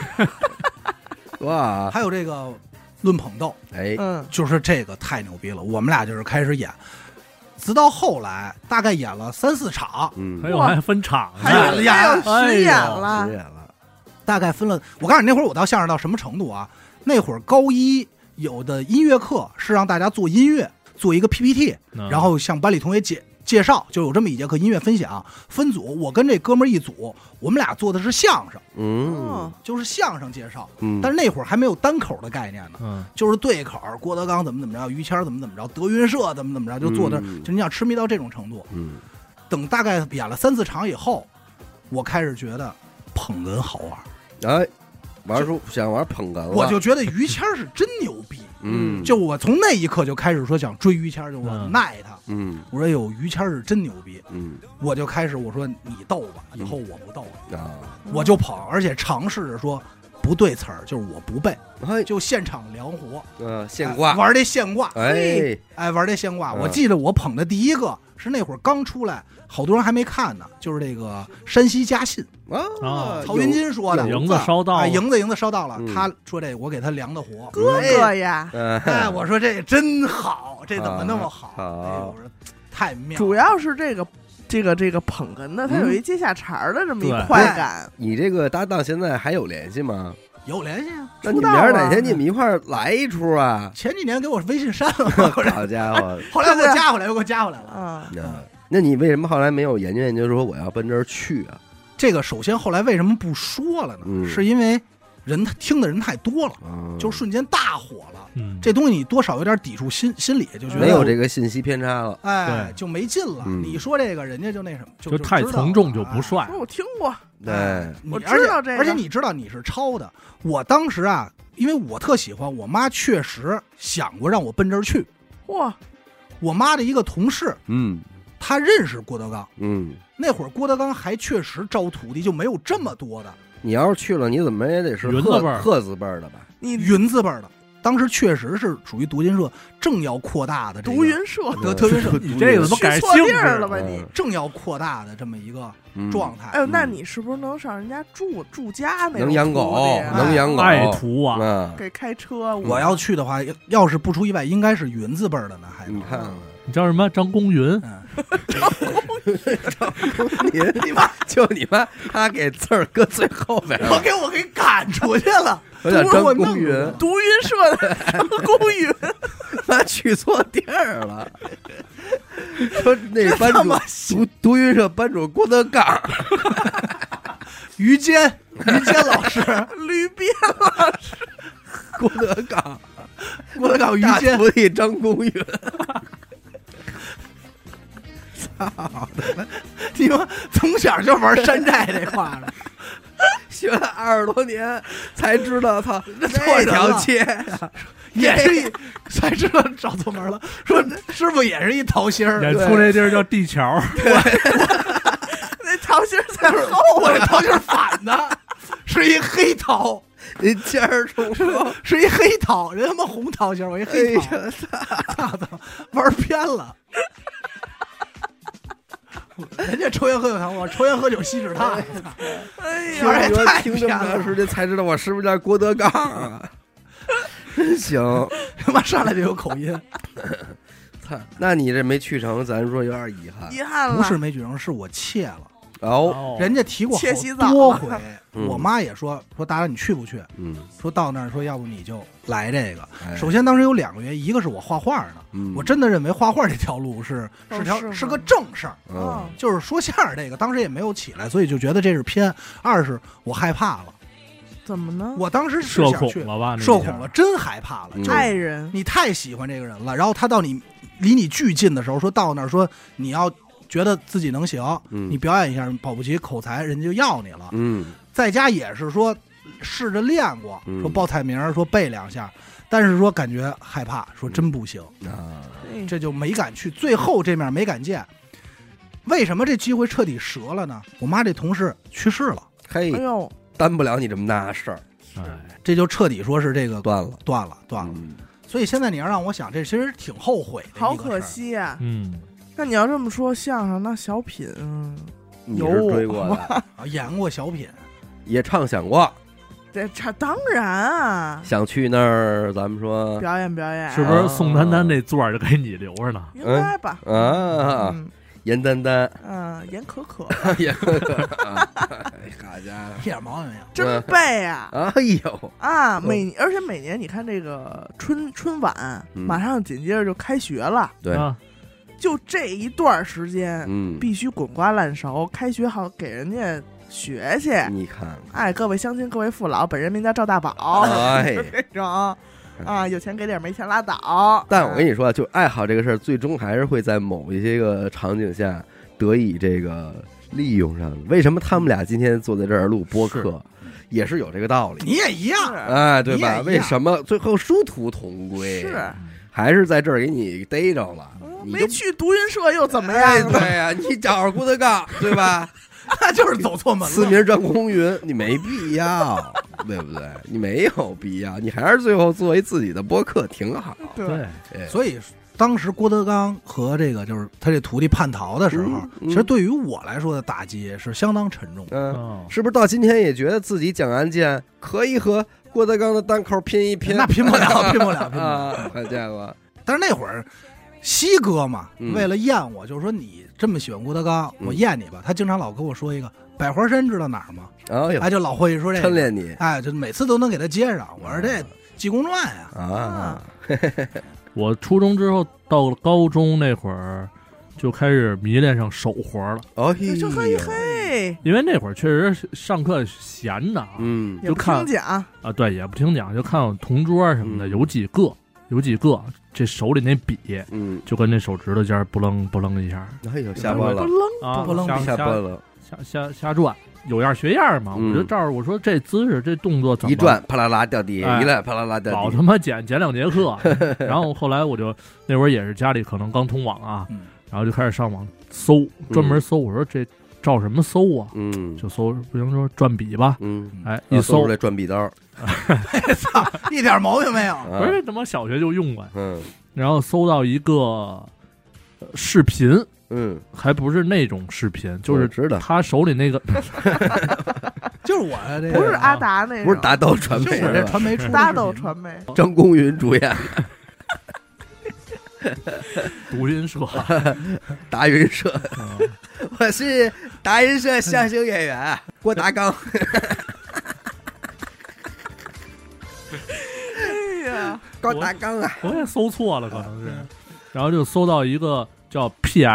哇！ 还有这个论捧逗，就是这个太牛逼了。我们俩就是开始演。直到后来，大概演了3、4场， 还分场， 还有巡演了， 大概分了。我告诉你，那会儿我到相声到什么程度啊？那会儿高一有的音乐课是让大家做音乐，做一个 PPT，然后向班里同学介绍，就有这么一节课音乐分享，分组。我跟这哥们儿一组，我们俩做的是相声，就是相声介绍。但是那会儿还没有单口的概念呢，就是对口，郭德纲怎么着，于谦怎么着，德云社怎么着，就做的，就你想痴迷到这种程度。等大概演了3、4场以后，我开始觉得捧哏好玩， 想玩捧哏了， 我就觉得于谦是真牛逼。就我从那一刻就开始说想追于谦，就我耐他。我说有于谦是真牛逼。我就开始我说你逗吧，以后我不逗了，我就捧，而且尝试着说不对词儿，就是我不背，就现场量活， 现挂， 玩这现挂，玩这现挂。我记得我捧的第一个是那会儿刚出来，好多人还没看呢，就是这个山西嘉信曹云金说的， 营子烧到了， 营子烧到了，他说这我给他量的活， 哥哥呀， 哎，我说这真好，这怎么那么好？哎，我说太妙， 主要是这个捧哏的，他有一接下茬的这么一快感。 你这个搭档现在还有联系吗？ 有联系啊， 那你明儿哪天你们一块儿来一出啊？ 前几年给我微信删了， 好家伙！ 后来给我加回来，又给我加回来了。 那你为什么后来没有研究说我要奔这儿去啊？ 这个首先后来为什么不说了呢？是因为听的人太多了，就瞬间大火了。这东西你多少有点抵触心理，就觉得没有这个信息偏差了， 哎，就没劲了。你说这个人家就那什么， 就太从众就不帅。 我听过， 对， 我知道这个， 而且你知道你是抄的。我当时啊，因为我特喜欢，我妈确实想过让我奔这儿去。 哇， 我妈的一个同事，他认识郭德纲，那会儿郭德纲还确实招徒弟，就没有这么多的。 你要是去了，你怎么也得是鹤字辈的吧？ 你云字辈的。当时确实是属于读音社正要扩大的读音社， 德云社， 你这个怎么改错地儿了吧？你正要扩大的这么一个状态。 哎呦，那你是不是能上人家住家那种？ 能养狗，能养狗， 爱徒啊！ 给开车。 我要去的话，要是不出意外，应该是云字辈的呢。还你看， 你叫什么？张公云。 张公云，你妈就你妈，他给字儿搁最后边， 我给赶出去了。 我叫张公云， 读音社的张公云， 他去错地儿了。说那班主读音社班主郭德纲，于坚老师， 吕鞭老师， 郭德纲， 于坚徒弟张公云。 操的！你们从小就玩山寨这块的。 学了20多年才知道，操，这条街呀， 也是才知道找错门了。说师傅也是一桃心儿， 演出那地儿叫地桥， 那桃心在后， 我这桃心反的，是一黑桃， 你尖儿冲说是一黑桃，人他妈红桃心，我一黑桃，操，玩偏了。人家抽烟喝酒糖，我抽烟喝酒锡纸烫。 哎呀， 听这么长时间才知道我是不是叫郭德纲啊？真行， 他妈上来就有口音。 操，那你这没去成，咱说有点遗憾。 遗憾了， 不是没去成，是我怯了。 哦， 人家提过好多回，我妈也说大大你去不去？说到那儿说要不你就来这个。首先当时有2个原因，一个是我画画呢，我真的认为画画这条路是个正事儿，就是说相声这个当时也没有起来，所以就觉得这是偏。2是我害怕了。 怎么呢？ 我当时是社恐了吧？ 社恐了，真害怕了。 爱人， 你太喜欢这个人了，然后他到你离你巨近的时候，说到那儿说你要觉得自己能行，你表演一下，保不齐口才人家就要你了。在家也是说试着练过，说报菜名，说背2下，但是说感觉害怕，说真不行这就没敢去。最后这面没敢见，为什么这机会彻底折了呢？我妈这同事去世了， 嘿，哎呦，担不了你这么大事儿， 这就彻底说是这个断了。 所以现在你要让我想，这其实挺后悔的， 好可惜呀。那你要这么说，相声那小品， 你是追过的， 演过小品， 也畅想过。 这当然啊， 想去那儿，咱们说表演， 是不是宋丹丹那座就给你留着呢？ 应该吧。 严丹丹， 严可可， 严可可，好家伙， 一点毛病没有， 真背啊！ 哎呦啊，而且每年你看这个春晚，马上紧接着就开学了， 对。 就这一段时间，必须滚瓜烂熟。开学好给人家学去。 你看， 哎，各位乡亲，各位父老，本人名叫赵大宝， 哎， 这种有钱给点，没钱拉倒。 但我跟你说，就爱好这个事儿，最终还是会在某一些个场景下得以这个利用上。为什么他们俩今天坐在这儿录播客，也是有这个道理。 你也一样， 哎，对吧？为什么最后殊途同归？ 是。 还是在这儿给你逮着了， 没去读音社又怎么样？ 对呀，你找着郭德纲，对吧？ 那就是走错门了。 四名张公云，你没必要，对不对？你没有必要，你还是最后作为自己的播客挺好。 对， 所以当时郭德纲和这个就是他这徒弟叛逃的时候，其实对于我来说的打击是相当沉重的。是不是到今天也觉得自己讲案件可以和郭德纲的单口拼一拼？ 那拼不了，拼不了，拼不了。 好家伙！ 但是那会儿西哥嘛，为了验我，就是说你这么喜欢郭德纲，我验你吧。他经常老跟我说一个百花山知道哪儿吗？哎，就老会说这个， 抻练你， 哎，就每次都能给他接上。我说这《济公传》呀， 我初中之后到了高中那会儿，就开始迷恋上手活了。 哦嘿， 因为那会儿确实上课闲的，就看听讲啊，对，也不听讲，就看我同桌什么的，有几个，这手里那笔，就跟那手指头尖不楞不楞一下， 哎呦，下班了啊， 不楞下班了， 瞎转。有样学样嘛，我就照着我说这姿势这动作怎么一转啪啦啦掉地，一来啪啦啦掉地， 老他妈剪2节课。然后后来我就那会儿也是家里可能刚通网啊，然后就开始上网搜，专门搜。我说这照什么搜啊？就搜，不行说转笔吧。哎，一搜出来转笔刀， 操，一点毛病没有。 不是他妈小学就用过。然后搜到一个视频。还不是那种视频，就是他手里那个， 就是我这个， 不是阿达那个， 不是达豆传媒， 这传媒出达豆传媒， 张公云主演， 读音社， 达云社，我是达云社相声演员郭达纲。 哎呀， 高达纲啊！ 我也搜错了，可能是，然后就搜到一个。叫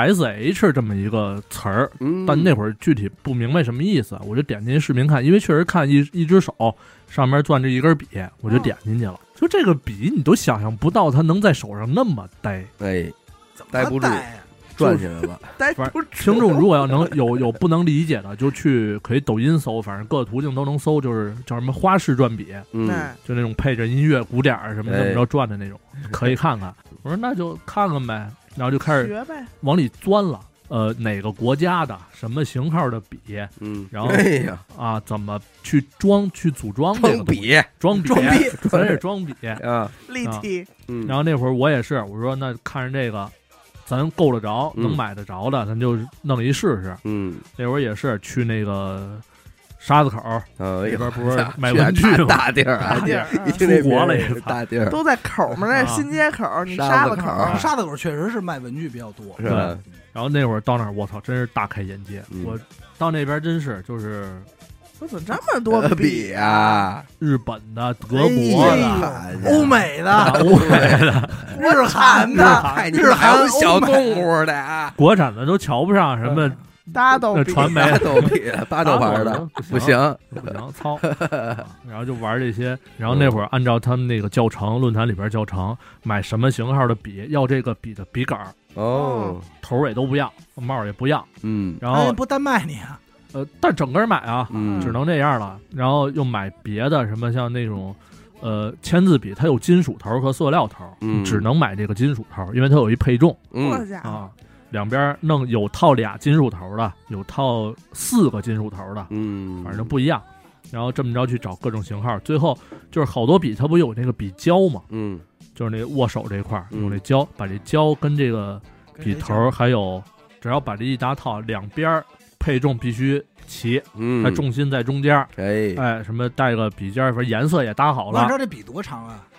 PSH 这么一个词儿，但那会儿具体不明白什么意思，我就点进视频看，因为确实看一只手上面攥着一根笔，我就点进去了。就这个笔，你都想象不到它能在手上那么呆， 哎，呆不住，转起来了。 呆不住。 听众如果要能有不能理解的，就去可以抖音搜，反正各个途径都能搜，就是叫什么花式转笔，就那种配着音乐鼓点什么那么着转的那种，可以看看。我说那就看看呗。然后就开始往里钻了，哪个国家的什么型号的笔，然后啊怎么去组装这个笔， 装笔，真是装笔啊， 立体。 然后那会儿我也是，我说那看着这个，咱够得着，能买得着的，咱就弄一试试。那会儿也是去那个沙子口里边不是买文具吗？ 大地儿啊， 出国了也大地儿， 都在口嘛，那新街口，你沙子口， 沙子口确实是卖文具比较多， 是吧？然后那会儿到那儿，我操，真是大开眼界。我到那边真是就是， 怎么这么多笔啊？ 日本的、德国的、 欧美的、日韩的、 日韩小动物的啊， 国产的都瞧不上什么。 大豆传媒八豆牌的不行， 糙。然后就玩这些，然后那会儿按照他们那个教程，论坛里边教程，买什么型号的笔，要这个笔的笔杆头尾都不要，帽也不要，然后不单卖你啊， 但整个买啊，只能这样了。然后又买别的什么像那种签字笔，它有金属头和塑料头，只能买这个金属头，因为它有一配重啊。两边弄有套俩金属头的，有套4个金属头的，反正不一样。然后这么着去找各种型号，最后就是好多笔它不有那个笔胶嘛，就是那握手这块用那胶，把这胶跟这个笔头还有，只要把这一大套两边配重必须齐，它重心在中间，哎，什么带个笔尖，反正颜色也搭好了。 你知道这笔多长啊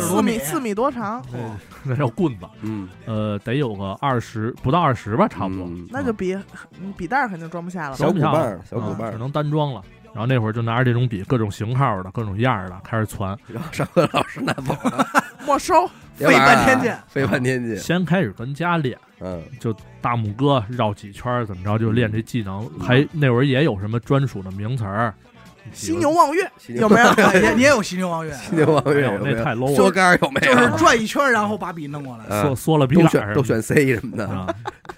？4米多长， 那叫棍子，得有个20不到20吧，差不多。 那就笔袋肯定装不下了， 小鼓棒， 只能单装了。然后那会儿就拿着这种笔，各种型号的、各种样的开始传， 然后上课老师拿走了， 没收， 费半天劲， 费半天劲。 先开始跟家练，就大拇哥绕几圈，怎么着就练这技能。还那会儿也有什么专属的名词儿。 犀牛望月有没有？ 你也有犀牛望月， 犀牛望月那太 low 了。 缩杆有没有？ 就是转一圈，然后把笔弄过来， 缩了笔杆， 都选 C 什么的。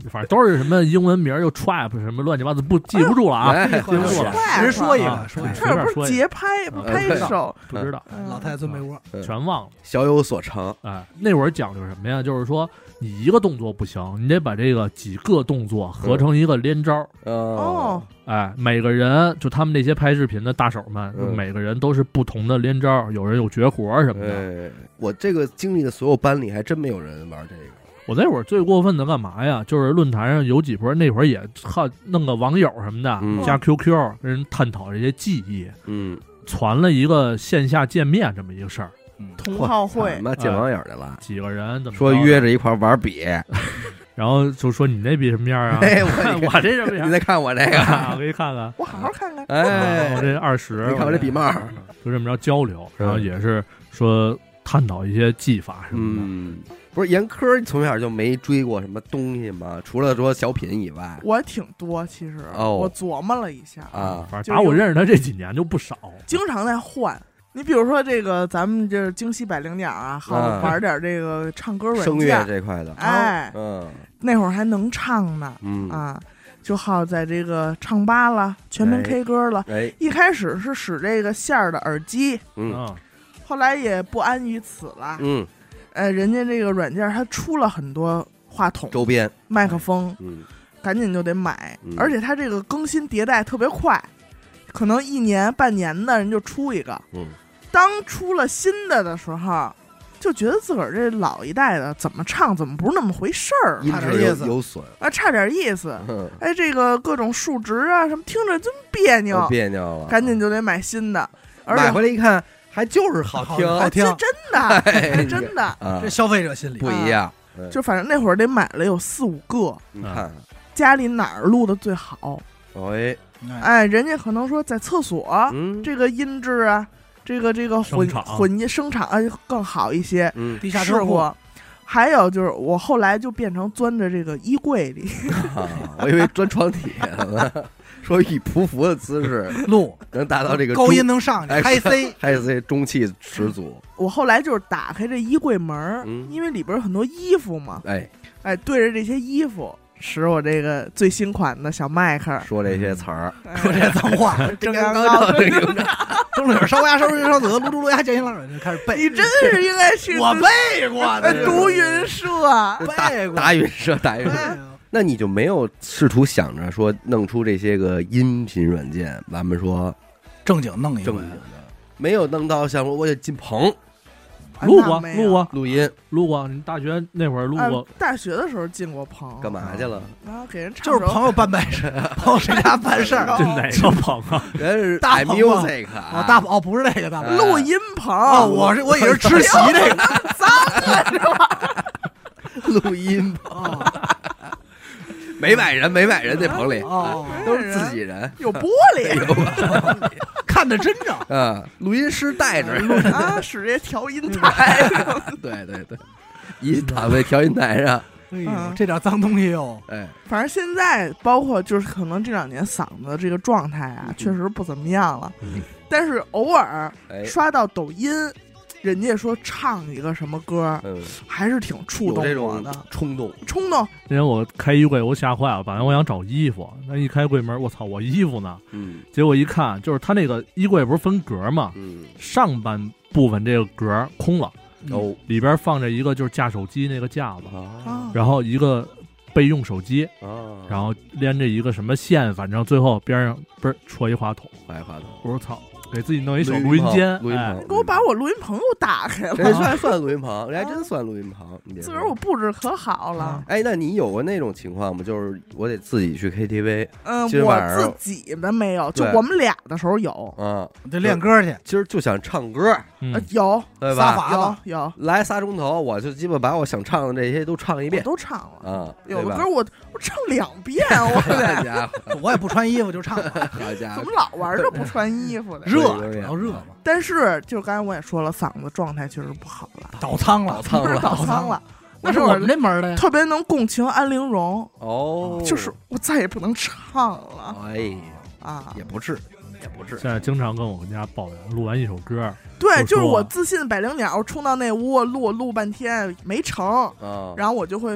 反正都是什么英文名又 trap 什么乱七八糟，记不住了啊，记不住了。 人说一个， 这不是节拍拍手， 不知道。 老太太钻被窝， 全忘了， 小有所成。 哎，那会儿讲究什么呀？就是说你一个动作不行，你得把这个几个动作合成一个连招。 哦， 哎，每个人就他们那些拍视频的大手们，每个人都是不同的连招，有人有绝活什么的。 我这个经历的所有班里，还真没有人玩这个。 我那会儿最过分的干嘛呀？就是论坛上有几波，那会儿也弄个网友什么的，加 QQ 跟人探讨这些技艺，传了一个线下见面这么一个事儿， 同好会， 妈见网友去了， 几个人怎么说约着一块玩笔， 然后就说你那笔什么样啊？我这什么样？ 你再看我这个， 我给你看看， 我好好看看。 哎，我这20， 你看我这笔帽， 就这么着交流，然后也是说探讨一些技法什么的。 不是严科从小就没追过什么东西吗？除了说小品以外， 我挺多。其实我琢磨了一下啊， 反正打我认识他这几年就不少， 经常在换。你比如说这个，咱们这京西百灵鸟啊，好玩点这个唱歌软件， 声乐这块的， 哎，那会儿还能唱呢，啊，就好在这个唱吧了，全民 K 歌了。一开始是使这个线儿的耳机，后来也不安于此了，人家这个软件它出了很多话筒周边麦克风，赶紧就得买，而且它这个更新迭代特别快，可能1年半年的人就出一个。当出了新的时候，就觉得自个儿这老一代的怎么唱怎么不是那么回事儿， 差点意思有损啊，差点意思。哎，这个各种数值啊什么，听着真别扭， 别扭了， 赶紧就得买新的。 买回来一看，还就是好听， 真的，真的， 这消费者心理不一样。 就反正那会儿得买了有4、5个， 你看家里哪儿录的最好？哎，人家可能说在厕所，这个音质啊，这个混音声场啊更好一些。 地下车库。 还有就是我后来就变成钻着这个衣柜里， 我以为钻床底下呢。说以匍匐的姿势录能达到这个高音能上去，嗨 C 中气十足。 我后来就是打开这衣柜门，因为里边有很多衣服嘛，哎，对着这些衣服使我这个最新款的小麦克说这些词儿， 说这些脏话， 正刚高正中里烧鸭烧鱼烧子撸鸭酱香浪就开始背。 你真是应该去我背过的读云社， 背过打云社。那你就没有试图想着说弄出这些个音频软件，咱们说正经弄一个， 没有弄到像我得进棚， 录过录音录过。你大学那会儿录过？ 大学的时候进过棚， 干嘛去了？ 然后给人唱就是朋友办白事，朋友谁家办事儿？ 这哪个棚啊？ 人是大 music 啊，大棚不是那个大棚， 录音棚。 我以为是吃席那个， 脏了是吧？ 录音棚。没买人那棚里都是自己人， 有玻璃， 看得真着。 录音师带着啊，使这调音台。 对，一躺在调音台上， 这点脏东西哟。 反正现在包括就是可能这2年嗓子这个状态啊，确实不怎么样了。但是偶尔刷到抖音。人家说唱一个什么歌，还是挺触动我的， 冲动。 那天我开衣柜，我吓坏了，本来我想找衣服，那一开柜门，我操，我衣服呢？结果一看，就是他那个衣柜不是分格嘛，上半部分这个格空了，里边放着一个就是架手机那个架子，然后一个备用手机，然后连着一个什么线，反正最后边上不是戳一话筒，我说操。给自己弄一手录音间， 录音棚， 给我把我录音棚又打开了。 这算录音棚，这还真算录音棚。 自个儿我布置可好了。 哎，那你有过那种情况吗？就是我得自己去 KTV。 我自己的没有，就我们俩的时候有。 得练歌去。 今儿就想唱歌， 有对吧？ 有来3钟头，我就基本把我想唱的这些都唱一遍， 都唱了啊。 有的歌我唱2遍， 好家伙， 我也不穿衣服就唱。 好家伙， 怎么老玩这不穿衣服的？ 热嘛。 但是就刚才我也说了，嗓子状态确实不好了， 倒仓了。 那是我们这门的呀， 特别能共情安陵容哦， 就是我再也不能唱了。 哎也不是。 现在经常跟我们家抱怨，录完一首歌， 对，就是我自信百灵鸟冲到那屋录半天没成，然后我就会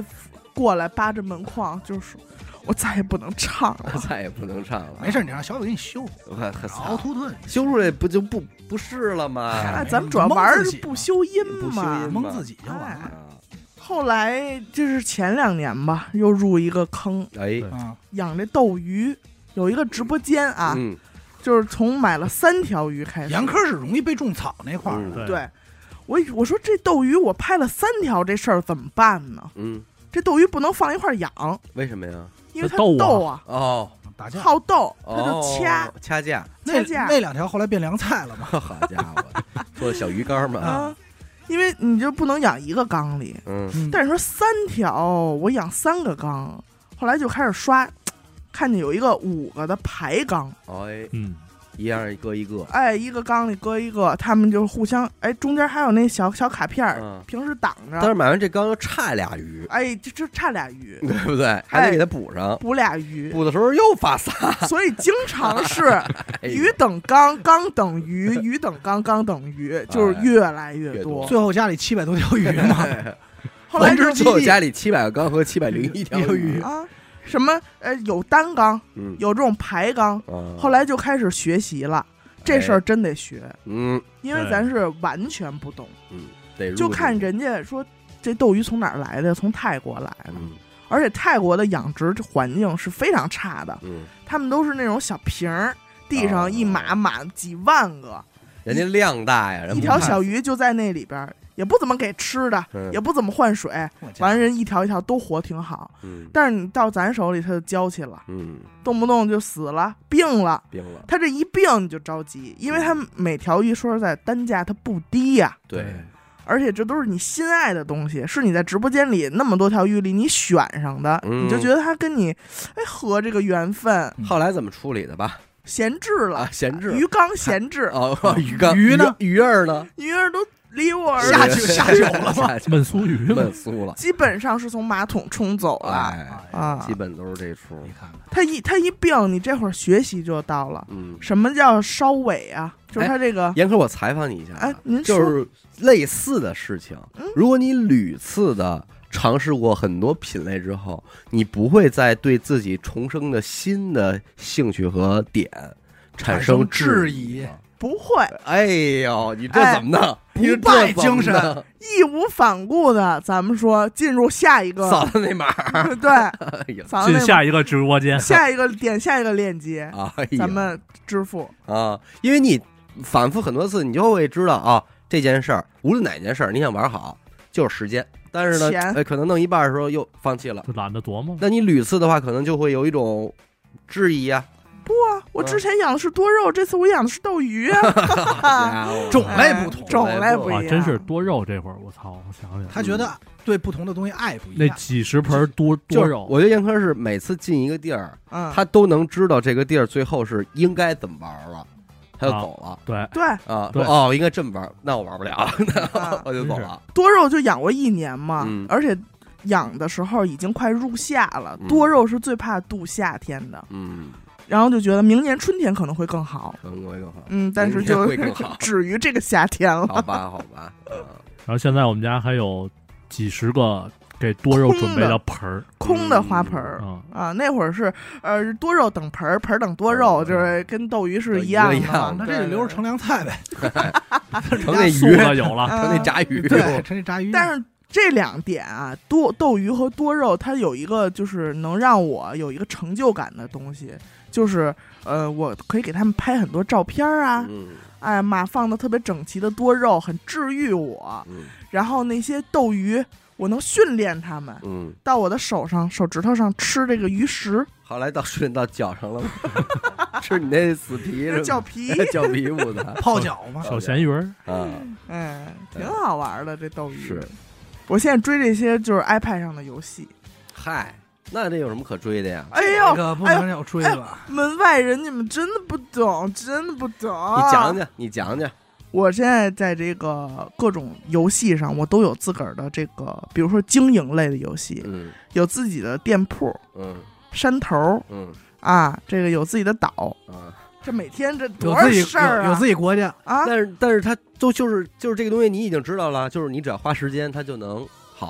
过来扒着门框，就是说我再也不能唱了， 再也不能唱了。 没事，你让小伟给你修，凹凸盾修出来不就不是了吗？ 哎，咱们主要玩的是不修音嘛， 蒙自己就完了。 后来就是前2年吧，又入一个坑，养这斗鱼，有一个直播间啊，就是从买了3条鱼开始。 严科是容易被种草那块儿， 对，我说这斗鱼我拍了3条，这事儿怎么办呢？这斗鱼不能放一块养， 为什么呀？ 因为它斗啊， 打架好斗，它就掐架。 那 2条后来变凉菜了嘛？ 好家伙，做小鱼干嘛？ 因为你就不能养一个缸里，但是说3条我养3个缸，后来就开始刷，看见有一个5个的排缸， 一样搁一个， 一个缸里搁一个，他们就互相，中间还有那小卡片，平时挡着。 但是买完这缸又差俩鱼， 这差俩鱼， 对不对？还得给它补上， 补俩鱼， 补的时候又发仨， 所以经常是鱼等缸，缸等鱼，鱼等缸，缸等鱼，就是越来越多。 最后家里700多条鱼嘛， 后来最后家里700个缸和701条鱼啊。什么有单缸，有这种排缸，后来就开始学习了，这事儿真得学，因为咱是完全不懂，就看人家说这斗鱼从哪儿来的，从泰国来的，而且泰国的养殖环境是非常差的，他们都是那种小瓶儿，地上一码几万个， 人家量大呀， 一条小鱼就在那里边。也不怎么给吃的，也不怎么换水，完人一条一条都活挺好，但是你到咱手里它就娇气了，动不动就死了，病了，它这一病你就着急，因为它每条鱼说实在单价它不低呀， 对， 而且这都是你心爱的东西，是你在直播间里那么多条鱼里你选上的，你就觉得它跟你合这个缘分。 后来怎么处理的吧？ 闲置了， 闲置， 鱼缸闲置， 鱼缸鱼呢？ 鱼儿呢？ 鱼儿都离我下酒了吗？ 焖酥鱼焖酥了， 基本上是从马桶冲走了， 基本都是这出。 你看看，他一病，你这会儿学习就到了。什么叫烧尾啊？就是他这个。 严科，我采访你一下， 您就是类似的事情，如果你屡次的尝试过很多品类之后，你不会再对自己重生的新的兴趣和点产生质疑。 不会， 哎呦，你这怎么弄？ 不败精神， 义无反顾的，咱们说进入下一个， 扫的那码， 对， 进下一个直播间， 点下一个链接，咱们支付啊，因为你反复很多次，你就会知道啊，这件事儿无论哪件事儿，你想玩好就是时间，但是呢，可能弄一半的时候又放弃了， 就懒得琢磨。 那你屡次的话，可能就会有一种质疑啊。 不啊，我之前养的是多肉，这次我养的是斗鱼啊， 种类不同， 种类不一样， 真是多肉。这会儿我操，我想想， 他觉得对不同的东西爱不一样。 那几十盆多肉， 我觉得严科是每次进一个地儿，他都能知道这个地儿最后是应该怎么玩了，他就走了。 对啊，哦，应该这么玩，那我玩不了，我就走了。 多肉就养过1年嘛，而且养的时候已经快入夏了，多肉是最怕度夏天的，然后就觉得明年春天可能会更好，但是就止于这个夏天了。 好吧。 然后现在我们家还有几十个给多肉准备的盆儿， 空的花盆儿啊。那会儿是多肉等盆儿，盆儿等多肉，就是跟斗鱼是一样的。 那这得留着盛凉菜呗， 盛那鱼有了， 盛那炸鱼， 对，盛那炸鱼。 但是这2点啊，斗鱼和多肉，它有一个就是能让我有一个成就感的东西。就是我可以给他们拍很多照片啊，放的特别整齐的多肉很治愈我，然后那些斗鱼我能训练他们，到我的手指头上吃这个鱼食。 后来训练到脚上了吗？吃你那死皮脚皮舞的泡脚吗？ 小咸鱼挺好玩的这斗鱼。是，我现在追这些就是 iPad 上的游戏。 嗨。那这有什么可追的呀？ 哎呦， 这个不能有追了。 门外人，你们真的不懂，真的不懂。 你讲讲。 我现在在这个各种游戏上，我都有自个儿的这个，比如说经营类的游戏，有自己的店铺，山头，这个有自己的岛，这每天这多少事儿啊？ 有自己国家啊！但是它就是这个东西，你已经知道了，就是你只要花时间，它就能好。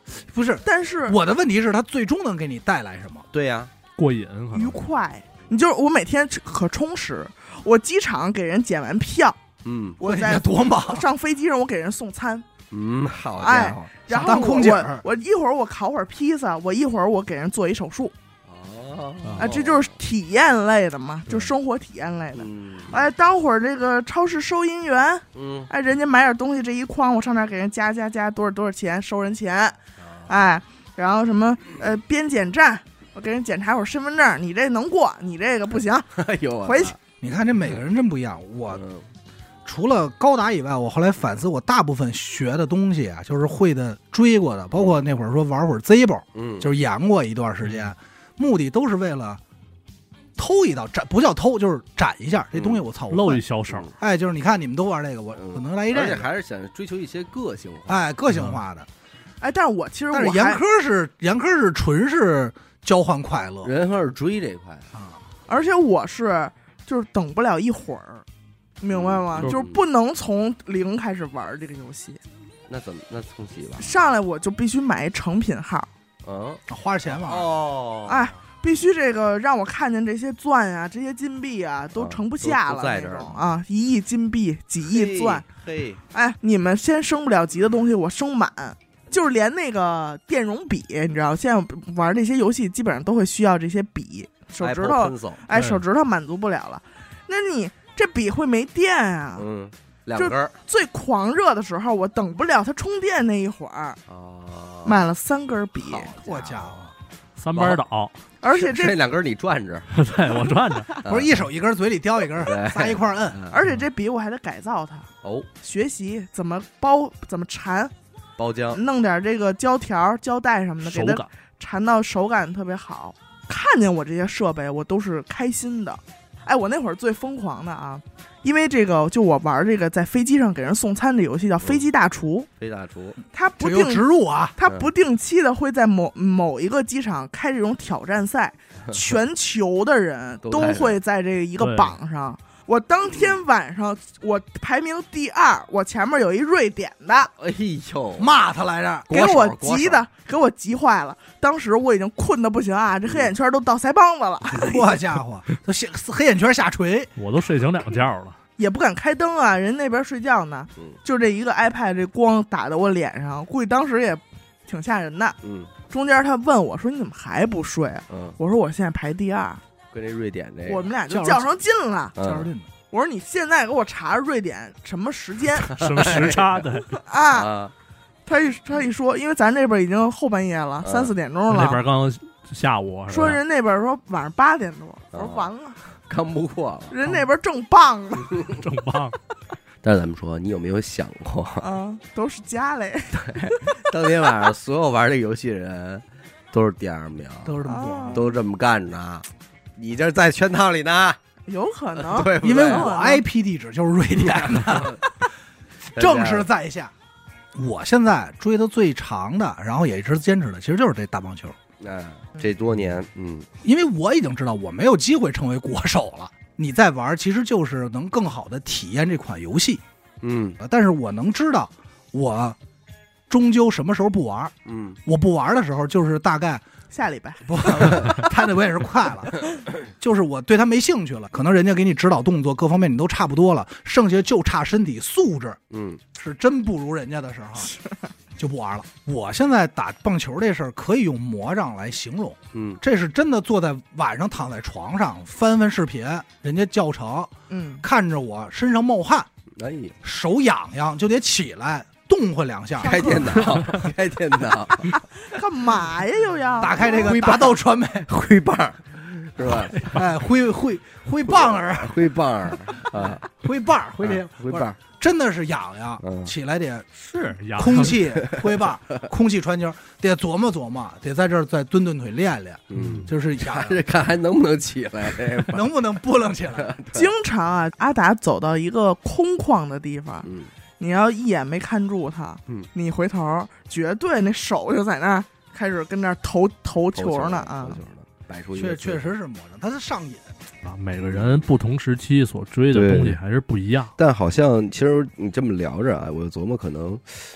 不是， 但是我的问题是，它最终能给你带来什么？ 对呀， 过瘾， 愉快。你就是我每天可充实。我机场给人检完票，我在多忙。 上飞机上我给人送餐， 好家伙， 然后当空姐我一会儿我烤会儿披萨，我一会儿我给人做一手术。这就是体验类的嘛，就生活体验类的。当会儿这个超市收银员，人家买点东西这一筐，我上那给人加多少钱，收人钱。然后什么边检站，我给人检查会儿身份证，你这能过，你这个不行，回去。 你看这每个人真不一样。我除了高达以外，我后来反思，我大部分学的东西啊，就是会的追过的，包括那会儿说玩会儿 Zable，就是演过一段时间。目的都是为了偷一道展，不叫偷，就是展一下这东西。我操， 露一小手。 就是你看你们都玩这个，我能来一这个。 而且还是想追求一些个性化，个性化的。 但是我其实但是严科是纯是交换快乐， 人和是追这块而且我就是等不了一会儿，明白吗？就是不能从零开始玩这个游戏。 那怎么？那从几吧？ 上来我就必须买一成品号。 花着钱玩必须这个让我看见这些钻啊，这些金币啊，都盛不下了那种1亿金币，几亿钻。你们先升不了级的东西，我升满，就是连那个电容笔，你知道，现在玩这些游戏基本上都会需要这些笔，手指头满足不了了。那你这笔会没电啊 ？2根。 最狂热的时候，我等不了它充电那一会儿，买了3根笔。 我家伙 ，3班倒， 而且这 2根你转着， 对我转着， 不是一手一根，嘴里叼一根，仨一块摁。 而且这笔我还得改造它学习怎么包，怎么缠， 包浆， 弄点这个胶条、胶带什么的，给它缠到手感特别好。看见我这些设备，我都是开心的。我那会儿最疯狂的啊！因为这个，就我玩这个在飞机上给人送餐的游戏叫《飞机大厨》。 飞大厨， 它不定植入啊， 它不定期的会在某一个机场开这种挑战赛，全球的人都会在这一个榜上。我当天晚上我排名第2，我前面有一瑞典的， 骂他来着， 给我急坏了。当时我已经困得不行啊，这黑眼圈都到腮帮子了。 我家伙，都黑眼圈下垂， 我都睡醒2觉了， 也不敢开灯啊，人那边睡觉呢。就这一个 iPad 这光打到我脸上，估计当时也挺吓人的。中间他问我说：“你怎么还不睡啊？”我说：“我现在排第2。” 跟这瑞典这， 我们俩就较上劲了。我说你现在给我查瑞典什么时间， 什么时差的他一说，因为咱这边已经后半夜了，3、4点钟了， 那边刚下午， 说人那边说晚上8点多，我说完了， 刚不过了， 人那边正棒呢， 正棒。 但是咱们说，你有没有想过都是家嘞。 对，当天晚上所有玩这个游戏的人都是第2名， 都是这么做， 都这么干着。你这在圈套里呢， 有可能， 对， 因为我 IP 地址就是瑞典的，正是在下。我现在追的最长的，然后也一直坚持的，其实就是这大棒球。 这多年， 因为我已经知道我没有机会成为国手了。你在玩，其实就是能更好的体验这款游戏。但是我能知道，我终究什么时候不玩。我不玩的时候，就是大概。 下礼拜不，他那我也是快了，就是我对他没兴趣了，可能人家给你指导动作各方面你都差不多了，剩下就差身体素质，是真不如人家的时候，就不玩了。我现在打棒球这事儿可以用魔障来形容，这是真的坐在晚上躺在床上翻视频，人家教程，看着我身上冒汗，手痒痒就得起来。动换2下， 开电脑， 干嘛呀？又要打开这个达到传媒挥棒，是吧？ 挥棒儿， 挥棒儿啊，挥棒儿， 挥棒， 真的是痒痒，起来得是痒， 空气挥棒，空气传球，得琢磨琢磨，得在这儿再蹲腿练练，就是痒， 看还能不能起来， 能不能拨楞起来？ 经常啊，阿达走到一个空旷的地方。你要一眼没看住他，你回头绝对那手就在那儿开始跟那儿投球呢啊！ 摆出确实是魔障，他是上瘾啊。每个人不同时期所追的东西还是不一样。 但好像其实你这么聊着啊，我就琢磨可能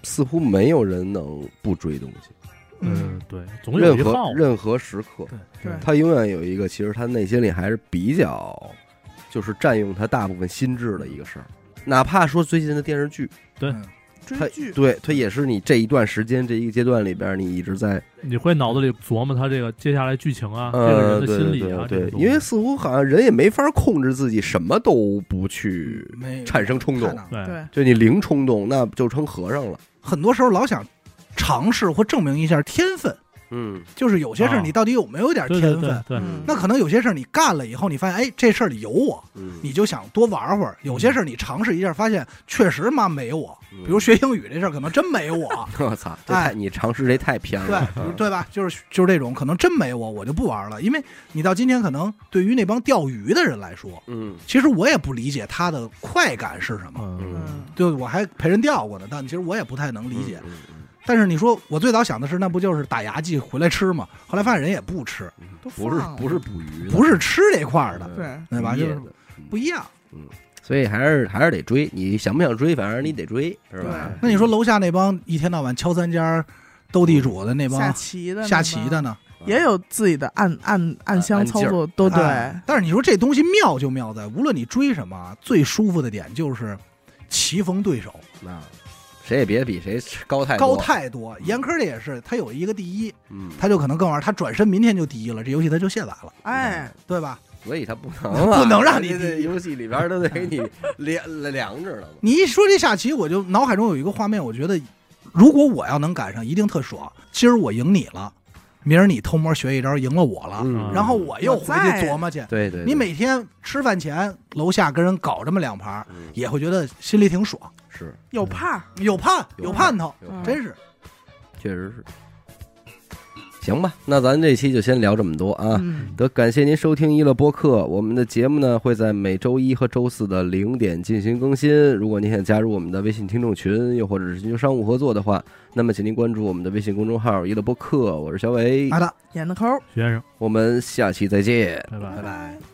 似乎没有人能不追东西。 对，总有一号， 任何时刻， 对， 他永远有一个，其实他内心里还是比较，就是占用他大部分心智的一个事儿。哪怕说最近的电视剧， 对， 追剧， 对，他也是你这一段时间这一个阶段里边，你一直在， 你会脑子里琢磨他这个接下来剧情啊，这个人的心理啊， 对，因为似乎好像人也没法控制自己，什么都不去产生冲动， 对， 就你零冲动，那就成和尚了。 很多时候老想尝试或证明一下天分，就是有些事儿你到底有没有点天分？ 对， 那可能有些事儿你干了以后，你发现哎，这事儿里有我，你就想多玩会儿。有些事儿你尝试一下，发现确实妈没我。比如学英语这事儿，可能真没我。 我操，你尝试这太偏了， 对吧？就是这种，可能真没我就不玩了。因为你到今天，可能对于那帮钓鱼的人来说，其实我也不理解他的快感是什么。对，我还陪人钓过呢，但其实我也不太能理解。但是你说我最早想的是，那不就是打牙祭回来吃吗？后来发现人也不吃， 不是捕鱼， 不是吃这块的， 对吧？就是不一样。 所以还是得追。你想不想追？反正你得追，是吧？ 那你说楼下那帮一天到晚敲三家、斗地主的那帮下棋的呢，也有自己的暗箱操作，都对。 但是你说这东西妙就妙在，无论你追什么，最舒服的点就是棋逢对手。 谁也别比谁高太多。严科这也是，他有一个第一，他就可能更玩，他转身明天就第一了，这游戏他就卸载了， 哎， 对吧？ 所以他不能让你这游戏里边都得给你量着了。 你一说这下棋，我就脑海中有一个画面，我觉得如果我要能赶上，一定特爽。今儿我赢你了，明儿你偷摸学一招赢了我了，然后我又回去琢磨去。 对， 你每天吃饭前楼下跟人搞这么2盘，也会觉得心里挺爽。 是有盼头，真是， 确实是。行吧，那咱这期就先聊这么多啊！得感谢您收听娱乐播客，我们的节目呢会在每周一和周四的0点进行更新。如果您想加入我们的微信听众群，又或者是寻求商务合作的话，那么请您关注我们的微信公众号娱乐播客。我是小伟， 演的抠学生， 我们下期再见， 拜拜。